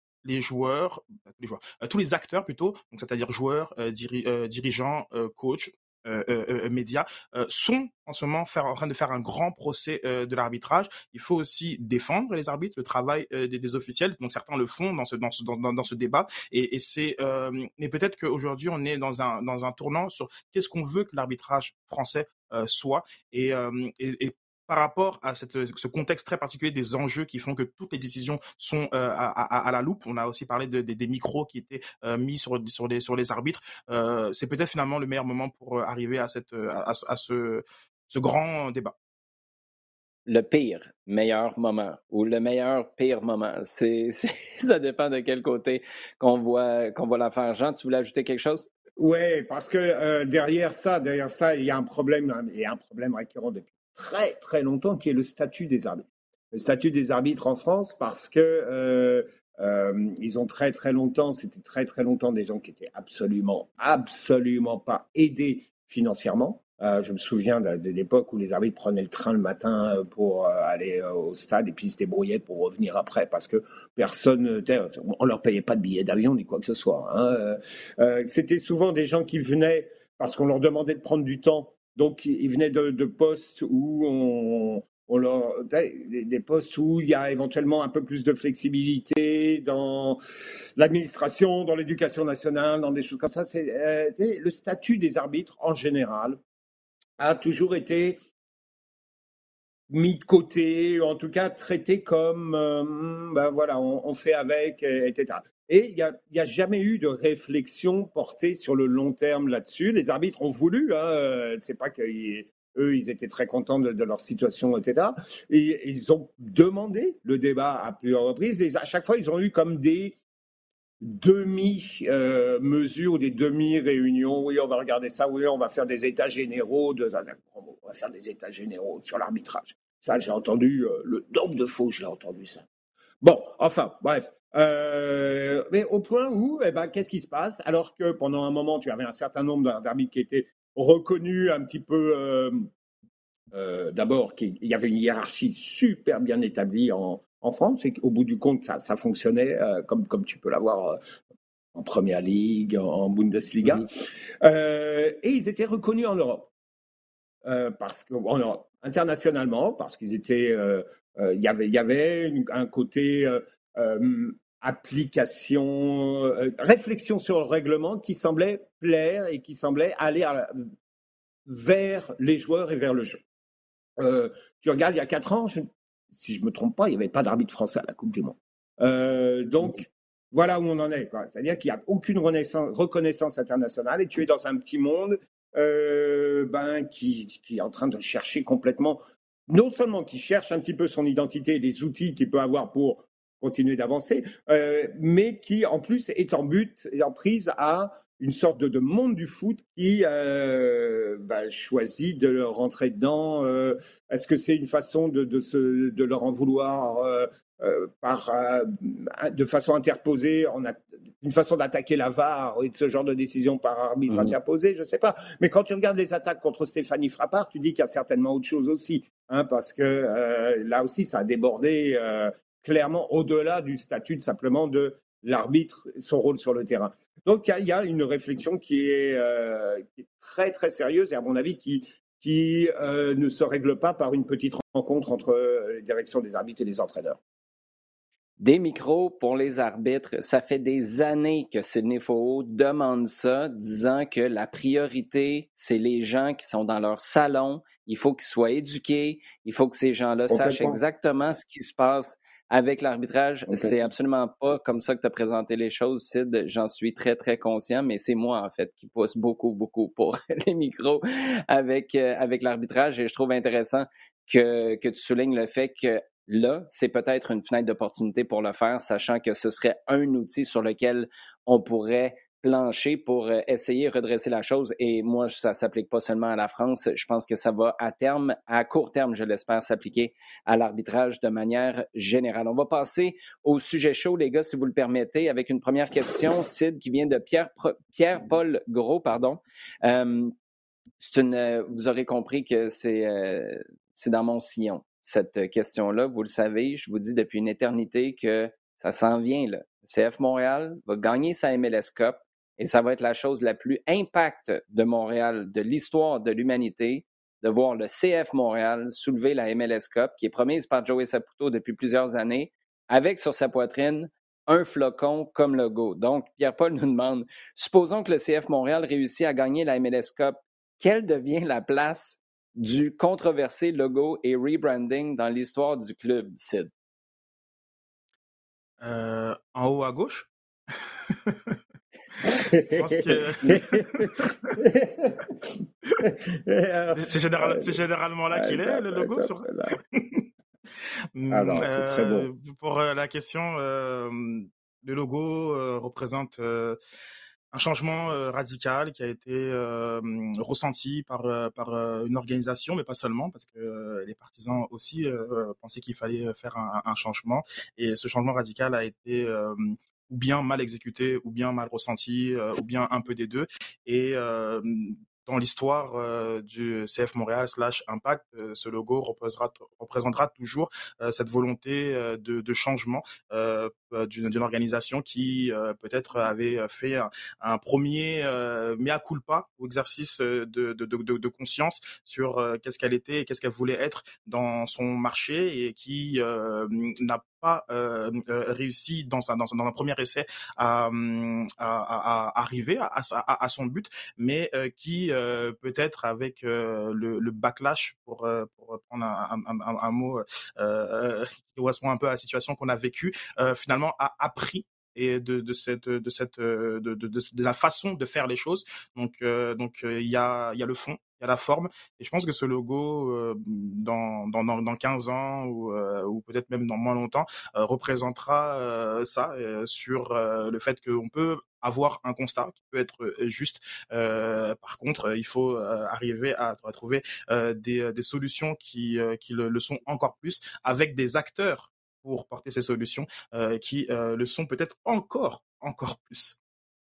les acteurs plutôt, donc c'est-à-dire joueurs, dirigeants, coachs, médias, sont en ce moment en train de faire un grand procès de l'arbitrage. Il faut aussi défendre les arbitres, le travail des officiels. Donc certains le font dans ce débat. Et c'est, mais peut-être qu'aujourd'hui on est dans un tournant sur qu'est-ce qu'on veut que l'arbitrage français soit. Et par rapport à ce contexte très particulier des enjeux qui font que toutes les décisions sont à la loupe. On a aussi parlé des micros qui étaient mis sur les arbitres. C'est peut-être finalement le meilleur moment pour arriver à ce grand débat. Le pire meilleur moment ou le meilleur pire moment, ça dépend de quel côté qu'on voit l'affaire. Jean, tu voulais ajouter quelque chose? Ouais, parce que derrière ça, il y a un problème, récurrent depuis très très longtemps, qui est le statut des arbitres. Le statut des arbitres en France, parce que ils ont c'était très très longtemps des gens qui étaient absolument pas aidés financièrement. Je me souviens de l'époque où les arbitres prenaient le train le matin pour aller au stade et puis ils se débrouillaient pour revenir après parce que on leur payait pas de billets d'avion ni quoi que ce soit. Hein. C'était souvent des gens qui venaient parce qu'on leur demandait de prendre du temps. Donc ils venaient de postes où des postes où il y a éventuellement un peu plus de flexibilité dans l'administration, dans l'éducation nationale, dans des choses comme ça. C'est le statut des arbitres en général a toujours été mis de côté, ou en tout cas traité comme, voilà, on fait avec, etc. Et il n'y a jamais eu de réflexion portée sur le long terme là-dessus. Les arbitres ont voulu, c'est pas qu'eux, ils étaient très contents de leur situation, etc. Et ils ont demandé le débat à plusieurs reprises, et à chaque fois, ils ont eu comme des demi-mesures ou des demi-réunions. Oui, on va regarder ça. Oui, on va faire des états généraux. On va faire des états généraux sur l'arbitrage. Ça, j'ai entendu le nombre de fois où je l'ai entendu ça. Bon, enfin, bref. Mais au point où, qu'est-ce qui se passe? Alors que pendant un moment, tu avais un certain nombre d'arbitres qui étaient reconnus un petit peu. D'abord, il y avait une hiérarchie super bien établie en France, et qu'au bout du compte, ça fonctionnait comme tu peux l'avoir en Première Ligue, en Bundesliga. Et ils étaient reconnus en Europe. Internationalement, parce qu'ils étaient. Il y avait un côté application, réflexion sur le règlement qui semblait plaire et qui semblait aller vers les joueurs et vers le jeu. Tu regardes, il y a 4 ans, si je ne me trompe pas, il n'y avait pas d'arbitre français à la Coupe du Monde. Donc, voilà où on en est. C'est-à-dire qu'il n'y a aucune reconnaissance internationale et tu es dans un petit monde qui est en train de chercher complètement, non seulement qui cherche un petit peu son identité et les outils qu'il peut avoir pour continuer d'avancer, mais qui en plus est en prise à une sorte de monde du foot qui choisit de rentrer dedans. Est-ce que c'est une façon de leur en vouloir de façon interposée, une façon d'attaquer la VAR et de ce genre de décision par arbitre interposé? Je ne sais pas. Mais quand tu regardes les attaques contre Stéphanie Frappart, tu dis qu'il y a certainement autre chose aussi. Parce que là aussi, ça a débordé clairement au-delà du statut simplement de l'arbitre, son rôle sur le terrain. Donc, il y a une réflexion qui est très, très sérieuse et, à mon avis, qui ne se règle pas par une petite rencontre entre les directions des arbitres et les entraîneurs. Des micros pour les arbitres, ça fait des années que Sidney Faux demande ça, disant que la priorité, c'est les gens qui sont dans leur salon. Il faut qu'ils soient éduqués. Il faut que ces gens-là sachent exactement ce qui se passe avec l'arbitrage. C'est absolument pas comme ça que tu as présenté les choses, Sid. J'en suis très, très conscient, mais c'est moi, en fait, qui pousse beaucoup, beaucoup pour les micros avec l'arbitrage. Et je trouve intéressant que tu soulignes le fait que là, c'est peut-être une fenêtre d'opportunité pour le faire, sachant que ce serait un outil sur lequel on pourrait plancher pour essayer de redresser la chose. Et moi, ça ne s'applique pas seulement à la France. Je pense que ça va à court terme, je l'espère, s'appliquer à l'arbitrage de manière générale. On va passer au sujet chaud, les gars, si vous le permettez, avec une première question, Sid, qui vient de Pierre-Paul Gros, pardon. Vous aurez compris que c'est dans mon sillon, cette question-là. Vous le savez, je vous dis depuis une éternité que ça s'en vient, là. Le CF Montréal va gagner sa MLS Cup et ça va être la chose la plus impact de Montréal, de l'histoire de l'humanité, de voir le CF Montréal soulever la MLS Cup qui est promise par Joey Saputo depuis plusieurs années, avec sur sa poitrine un flocon comme logo. Donc, Pierre-Paul nous demande, supposons que le CF Montréal réussit à gagner la MLS Cup, quelle devient la place du controversé logo et rebranding dans l'histoire du club, Sid? En haut à gauche? Je pense que c'est généralement là qu'il est, le logo. Alors, c'est très bon. Pour la question, le logo représente un changement radical qui a été ressenti par une organisation, mais pas seulement, parce que les partisans aussi pensaient qu'il fallait faire un changement. Et ce changement radical a été ou bien mal exécuté, ou bien mal ressenti, ou bien un peu des deux. Et dans l'histoire du CF Montréal / Impact, ce logo représentera toujours cette volonté de changement d'une organisation qui peut-être avait fait un premier mea culpa ou exercice de conscience sur qu'est-ce qu'elle était et qu'est-ce qu'elle voulait être dans son marché, et qui n'a pas réussi dans un premier essai à arriver à son but, mais qui peut-être avec le backlash, pour prendre un mot qui correspond un peu à la situation qu'on a vécue, finalement a appris et de la façon de faire les choses. Donc il y a le fond, il y a la forme, et je pense que ce logo dans 15 ans ou peut-être même dans moins longtemps représentera ça, sur le fait qu'on peut avoir un constat qui peut être juste. Par contre, il faut arriver à trouver des solutions qui le sont encore plus, avec des acteurs pour porter ces solutions qui le sont peut-être encore plus.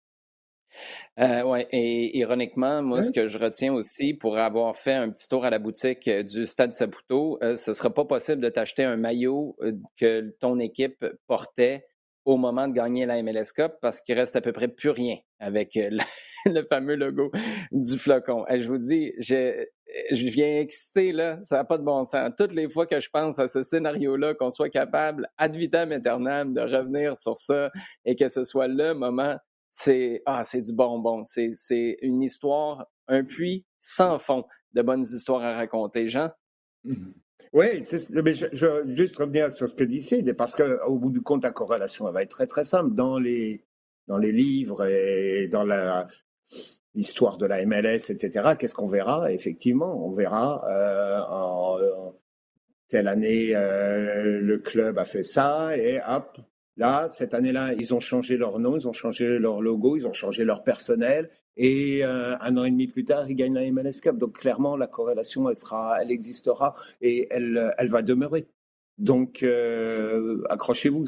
Ouais, et ironiquement, moi, ce que je retiens aussi, pour avoir fait un petit tour à la boutique du Stade Saputo, ce ne sera pas possible de t'acheter un maillot que ton équipe portait au moment de gagner la MLS Cup, parce qu'il reste à peu près plus rien avec le fameux logo du flocon. Et je vous dis, je viens excité, là, ça n'a pas de bon sens. Toutes les fois que je pense à ce scénario-là, qu'on soit capable, ad vitam aeternam, de revenir sur ça et que ce soit le moment, c'est du bonbon. C'est une histoire, un puits sans fond de bonnes histoires à raconter. Jean? Oui, mais je veux juste revenir sur ce que dit Sid, parce qu'au bout du compte, la corrélation elle va être très très simple. Dans les livres et dans l'histoire de la MLS, etc., qu'est-ce qu'on verra? Effectivement, on verra en telle année, le club a fait ça, et hop, là, cette année-là, ils ont changé leur nom, ils ont changé leur logo, ils ont changé leur personnel, et un an et demi plus tard, ils gagnent la MLS Cup. Donc clairement, la corrélation, elle existera, et elle va demeurer. Donc accrochez-vous,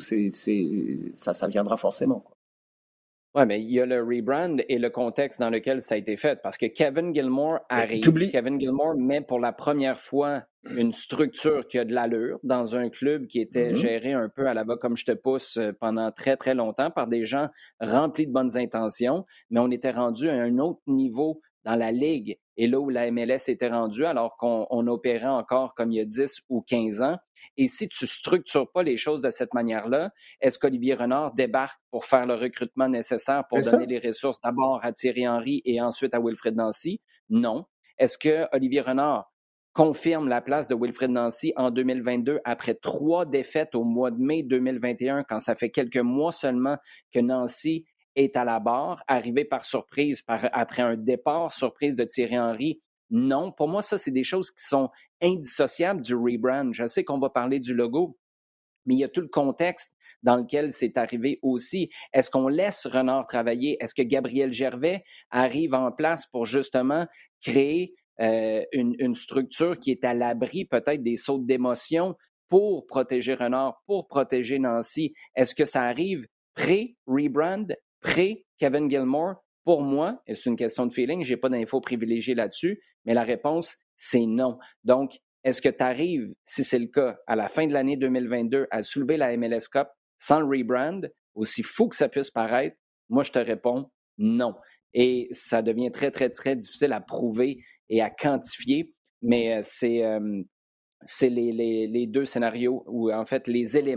ça viendra forcément, quoi. Oui, mais il y a le rebrand et le contexte dans lequel ça a été fait. Parce que Kevin Gilmore arrive. Kevin Gilmore met pour la première fois une structure qui a de l'allure dans un club qui était géré un peu à la va comme je te pousse pendant très, très longtemps par des gens remplis de bonnes intentions. Mais on était rendu à un autre niveau dans la Ligue, et là où la MLS était rendue, alors qu'on opérait encore comme il y a 10 ou 15 ans. Et si tu ne structures pas les choses de cette manière-là, est-ce qu'Olivier Renard débarque pour faire le recrutement nécessaire pour donner les ressources d'abord à Thierry Henry et ensuite à Wilfried Nancy? Non. Est-ce que Olivier Renard confirme la place de Wilfried Nancy en 2022 après 3 défaites au mois de mai 2021, quand ça fait quelques mois seulement que Nancy est à la barre, arrivé par surprise après un départ surprise de Thierry Henry? Non. Pour moi, ça, c'est des choses qui sont indissociables du rebrand. Je sais qu'on va parler du logo, mais il y a tout le contexte dans lequel c'est arrivé aussi. Est-ce qu'on laisse Renard travailler? Est-ce que Gabriel Gervais arrive en place pour justement créer une structure qui est à l'abri peut-être des sautes d'émotion pour protéger Renard, pour protéger Nancy? Est-ce que ça arrive pré-rebrand, pré-Kevin Gilmore? Pour moi, et c'est une question de feeling, je n'ai pas d'infos privilégiées là-dessus, mais la réponse, c'est non. Donc, est-ce que tu arrives, si c'est le cas, à la fin de l'année 2022, à soulever la MLS Cup sans le rebrand, aussi fou que ça puisse paraître? Moi, je te réponds non. Et ça devient très, très, très difficile à prouver et à quantifier, mais c'est les deux scénarios, ou en fait les éléments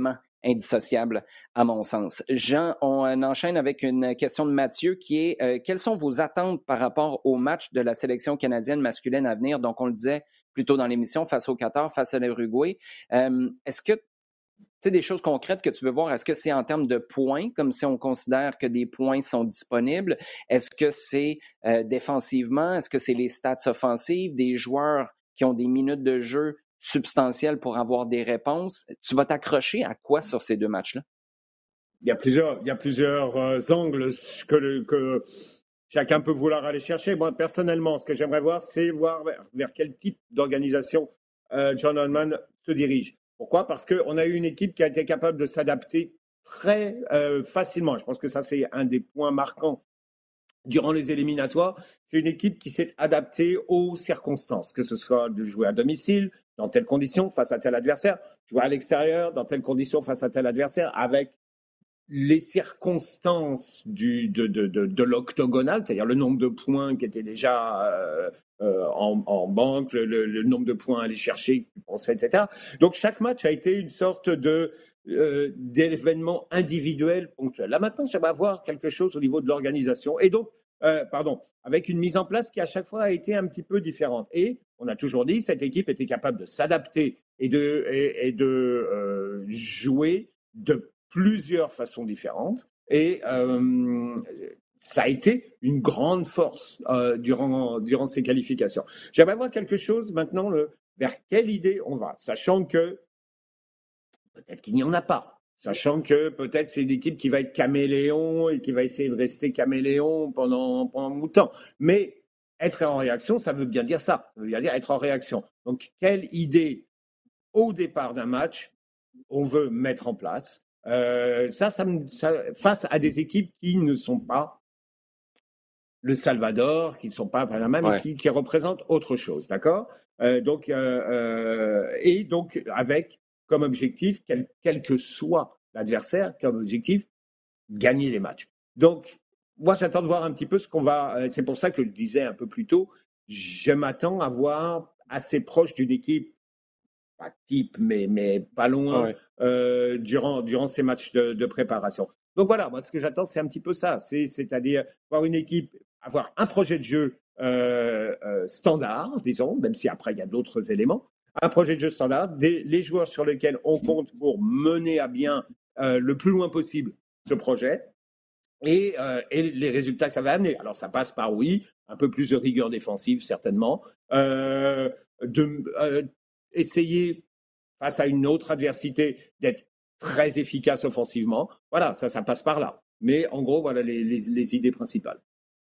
indissociable à mon sens. Jean, on enchaîne avec une question de Mathieu qui est quelles sont vos attentes par rapport au match de la sélection canadienne masculine à venir? Donc, on le disait plus tôt dans l'émission, face au Qatar, face à l'Uruguay. Est-ce que des choses concrètes que tu veux voir, est-ce que c'est en termes de points, comme si on considère que des points sont disponibles? Est-ce que c'est défensivement? Est-ce que c'est les stats offensives, des joueurs qui ont des minutes de jeu substantielles pour avoir des réponses? Tu vas t'accrocher à quoi sur ces deux matchs-là? Il y a plusieurs angles que chacun peut vouloir aller chercher. Moi, personnellement, ce que j'aimerais voir, c'est voir vers quel type d'organisation John Holman se dirige. Pourquoi? Parce qu'on a eu une équipe qui a été capable de s'adapter très facilement. Je pense que ça, c'est un des points marquants durant les éliminatoires. C'est une équipe qui s'est adaptée aux circonstances, que ce soit de jouer à domicile, dans telles conditions, face à tel adversaire, jouer à l'extérieur, dans telles conditions, face à tel adversaire, avec les circonstances de l'octogonal, c'est-à-dire le nombre de points qui étaient déjà en banque, le nombre de points à aller chercher, etc. Donc chaque match a été une sorte d'événement individuel ponctuel. Là maintenant, j'aimerais avoir quelque chose au niveau de l'organisation et donc, avec une mise en place qui à chaque fois a été un petit peu différente. Et on a toujours dit cette équipe était capable de s'adapter et de jouer de plusieurs façons différentes et ça a été une grande force durant ces qualifications. J'aimerais voir quelque chose maintenant vers quelle idée on va, sachant que peut-être qu'il n'y en a pas, sachant que peut-être c'est une équipe qui va être caméléon et qui va essayer de rester caméléon pendant longtemps. Mais être en réaction, ça veut bien dire ça. Ça veut bien dire être en réaction. Donc, quelle idée au départ d'un match on veut mettre en place face à des équipes qui ne sont pas le Salvador, qui ne sont pas Panama, mais qui représentent autre chose, d'accord? Et donc avec comme objectif, quel que soit l'adversaire, comme objectif, gagner les matchs. Donc, moi, j'attends de voir un petit peu ce qu'on va. C'est pour ça que je disais un peu plus tôt, je m'attends à voir assez proche d'une équipe pas type, mais pas loin, durant ces matchs de préparation. Donc voilà, moi ce que j'attends, c'est un petit peu ça, c'est-à-dire avoir une équipe, avoir un projet de jeu standard, disons, même si après il y a d'autres éléments, un projet de jeu standard, les joueurs sur lesquels on compte pour mener à bien le plus loin possible ce projet, et les résultats que ça va amener. Alors ça passe par, oui, un peu plus de rigueur défensive, certainement, essayer, face à une autre adversité, d'être très efficace offensivement. Voilà, ça passe par là. Mais en gros, voilà les idées principales.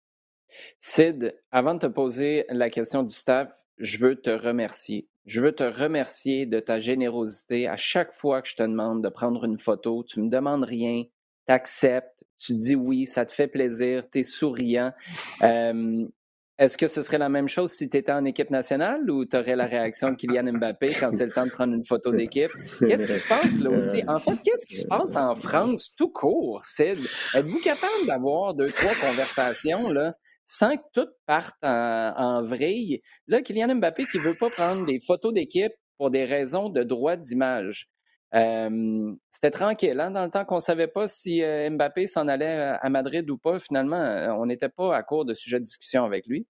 Sid, avant de te poser la question du staff, je veux te remercier. Je veux te remercier de ta générosité. À chaque fois que je te demande de prendre une photo, tu ne me demandes rien, tu acceptes, tu dis oui, ça te fait plaisir, tu es souriant. Est-ce que ce serait la même chose si tu étais en équipe nationale ou tu aurais la réaction de Kylian Mbappé quand c'est le temps de prendre une photo d'équipe? Qu'est-ce qui se passe là aussi? En fait, qu'est-ce qui se passe en France tout court, Sid? Êtes-vous capable d'avoir 2-3 conversations là, sans que tout parte en vrille? Là, Kylian Mbappé qui ne veut pas prendre des photos d'équipe pour des raisons de droit d'image. C'était tranquille, hein, dans le temps qu'on ne savait pas si Mbappé s'en allait à Madrid ou pas. Finalement, on n'était pas à court de sujets de discussion avec lui.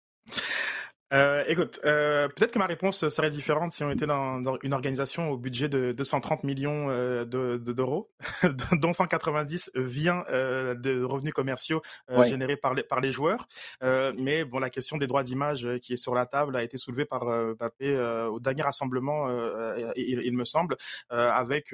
Écoute, peut-être que ma réponse serait différente si on était dans une organisation au budget de 230 millions d'euros, dont 190 vient de revenus commerciaux générés par les joueurs. Mais bon, la question des droits d'image qui est sur la table a été soulevée par Mbappé au dernier rassemblement, il me semble, avec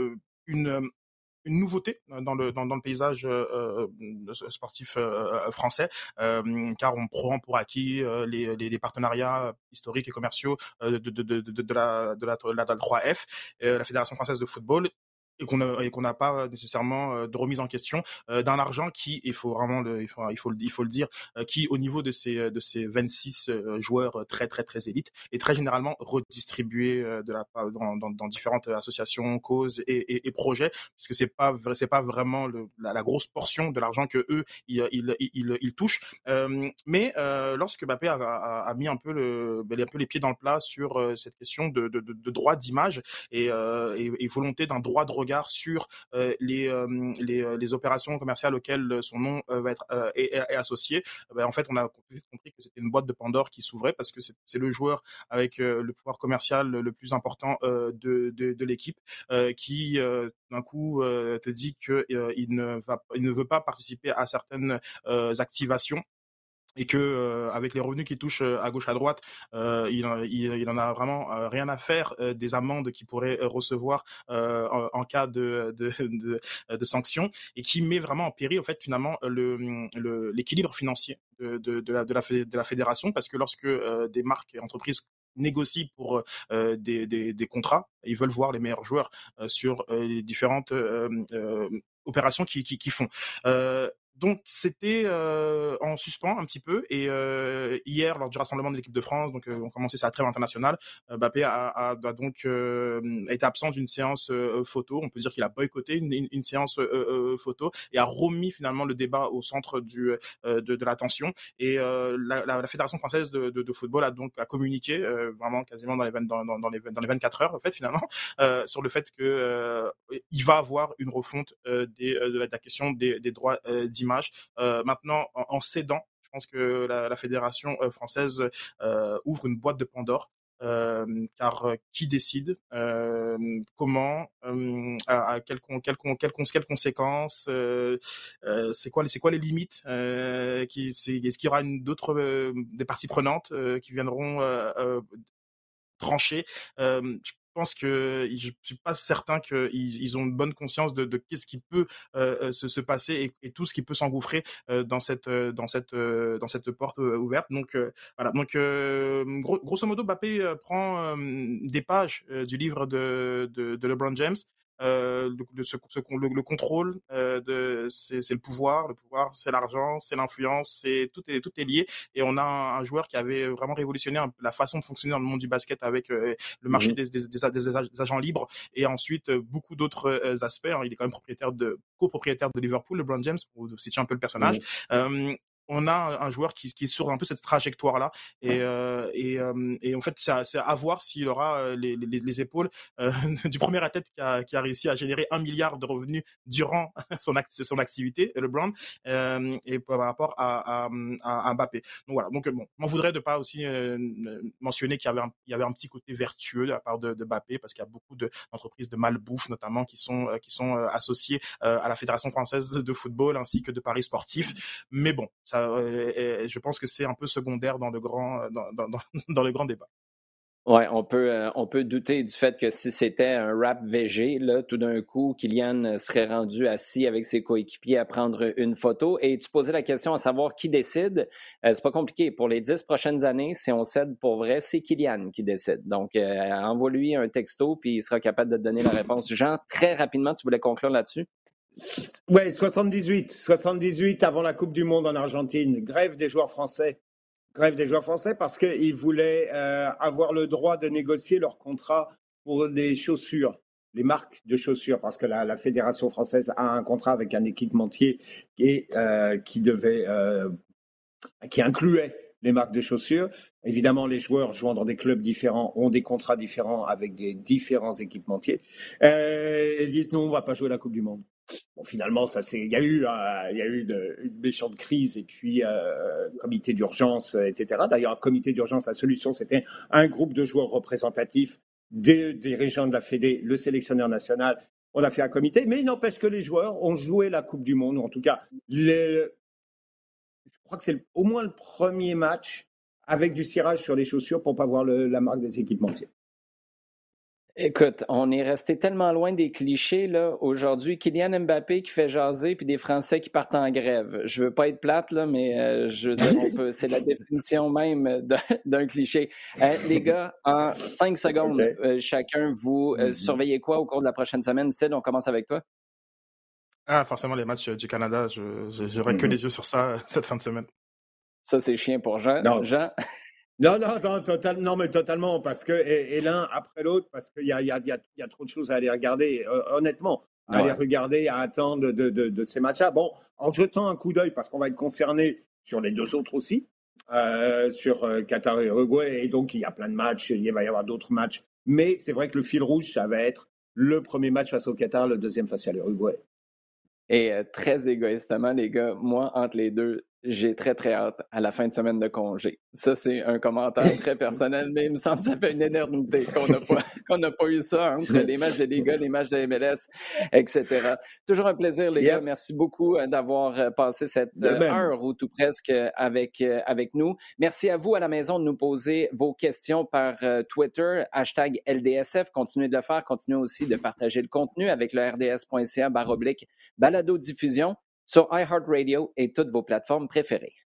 une nouveauté dans le paysage sportif français, car on prend pour acquis les partenariats historiques et commerciaux de la 3F, la Fédération française de football, et qu'on n'a pas nécessairement de remise en question d'un argent qui, il faut le dire, qui au niveau de ces 26 joueurs très très très élites est très généralement redistribué dans différentes associations, causes et projets, puisque c'est pas vraiment la grosse portion de l'argent que eux ils touchent. Mais lorsque Mbappé a mis un peu les pieds dans le plat sur cette question de droit d'image et volonté d'un droit de regard regard sur les opérations commerciales auxquelles son nom va être est associé, en fait, on a compris que c'était une boîte de Pandore qui s'ouvrait parce que c'est le joueur avec le pouvoir commercial le plus important de l'équipe qui d'un coup te dit que il ne veut pas participer à certaines activations et que avec les revenus qu'il touche à gauche à droite, il en a vraiment rien à faire des amendes qu'il pourrait recevoir en cas de sanctions, et qui met vraiment en péril en fait finalement l'équilibre financier de la fédération, parce que lorsque des marques et entreprises négocient pour des contrats, ils veulent voir les meilleurs joueurs sur les différentes opérations qu'ils font. Donc c'était en suspens un petit peu, et hier lors du rassemblement de l'équipe de France, donc on commençait sa trêve internationale, Mbappé a donc été absent d'une séance photo. On peut dire qu'il a boycotté une séance photo et a remis finalement le débat au centre de l'attention. Et la Fédération française de football a communiqué vraiment quasiment dans les 24 heures en fait finalement sur le fait que il va avoir une refonte de la question des droits d'image. Maintenant, en cédant, je pense que la fédération française ouvre une boîte de Pandore. Car qui décide, comment, quelles conséquences, c'est quoi les limites, est-ce qu'il y aura des parties prenantes qui viendront trancher. Je pense que je suis pas certain qu'ils ont une bonne conscience de qu'est-ce qui peut se passer, et tout ce qui peut s'engouffrer dans cette porte ouverte. Donc voilà. Donc grosso modo, Mbappé prend des pages du livre de LeBron James. Le contrôle c'est le pouvoir, c'est l'argent, c'est l'influence, tout est lié, et on a un joueur qui avait vraiment révolutionné la façon de fonctionner dans le monde du basket avec le marché des agents libres, et ensuite beaucoup d'autres aspects. Il est quand même copropriétaire de Liverpool, LeBron James, pour situer un peu le personnage. On a un joueur qui est sur un peu cette trajectoire-là, et en fait, c'est à voir s'il aura les épaules du premier athlète qui a réussi à générer 1 milliard de revenus durant son activité, LeBron, et par rapport à Mbappé. Donc voilà. Donc bon, on voudrait de pas aussi mentionner qu'il y avait un petit côté vertueux de la part de Mbappé, parce qu'il y a beaucoup d'entreprises de malbouffe notamment qui sont associées à la Fédération française de football ainsi que de paris sportifs. Mais bon, ça, je pense que c'est un peu secondaire dans le grand débat. Oui, on peut douter du fait que si c'était un rap VG, là, tout d'un coup, Kylian serait rendu assis avec ses coéquipiers à prendre une photo. Et tu posais la question à savoir qui décide. C'est pas compliqué. Pour les 10 prochaines années, si on cède pour vrai, c'est Kylian qui décide. Donc, envoie-lui un texto, puis il sera capable de te donner la réponse. Jean, très rapidement, tu voulais conclure là-dessus? Ouais, 78 avant la Coupe du Monde en Argentine, grève des joueurs français parce qu'ils voulaient avoir le droit de négocier leur contrat pour les chaussures, les marques de chaussures, parce que la Fédération française a un contrat avec un équipementier qui incluait les marques de chaussures. Évidemment, les joueurs jouant dans des clubs différents ont des contrats différents avec des différents équipementiers. Ils disent non, on ne va pas jouer la Coupe du Monde. Bon, finalement, il y a eu une méchante crise, et puis comité d'urgence, etc. D'ailleurs, un comité d'urgence, la solution, c'était un groupe de joueurs représentatifs des dirigeants de la Fédé, le sélectionneur national. On a fait un comité, mais il n'empêche que les joueurs ont joué la Coupe du Monde, ou en tout cas, je crois que c'est au moins le premier match avec du cirage sur les chaussures pour ne pas voir la marque des équipementiers. Écoute, on est resté tellement loin des clichés, là. Aujourd'hui, Kylian Mbappé qui fait jaser, puis des Français qui partent en grève. Je veux pas être plate, là, mais je veux dire, c'est la définition même d'un cliché. Les gars, en 5 secondes, chacun, vous surveillez quoi au cours de la prochaine semaine? Sid, on commence avec toi. Forcément, les matchs du Canada, j'aurai que les yeux sur ça cette fin de semaine. Ça, c'est chiant pour Jean. Non. Jean? Non, mais totalement, parce que, et l'un après l'autre, parce qu'il y a trop de choses à aller regarder, honnêtement, à aller regarder, à attendre de ces matchs-là. Bon, en jetant un coup d'œil, parce qu'on va être concerné sur les deux autres aussi, sur Qatar et Uruguay, et donc il y a plein de matchs, il va y avoir d'autres matchs, mais c'est vrai que le fil rouge, ça va être le premier match face au Qatar, le deuxième face à l'Uruguay. Et très égoïstement, les gars, moi, entre les deux, j'ai très, très hâte à la fin de semaine de congé. Ça, c'est un commentaire très personnel, mais il me semble que ça fait une éternité qu'on n'a pas eu ça entre les matchs de Liga, les matchs de MLS, etc. Toujours un plaisir, les gars. Merci beaucoup d'avoir passé cette heure ou tout presque avec nous. Merci à vous à la maison de nous poser vos questions par Twitter, #LDSF. Continuez de le faire. Continuez aussi de partager le contenu avec le rds.ca/balado-diffusion sur iHeartRadio et toutes vos plateformes préférées.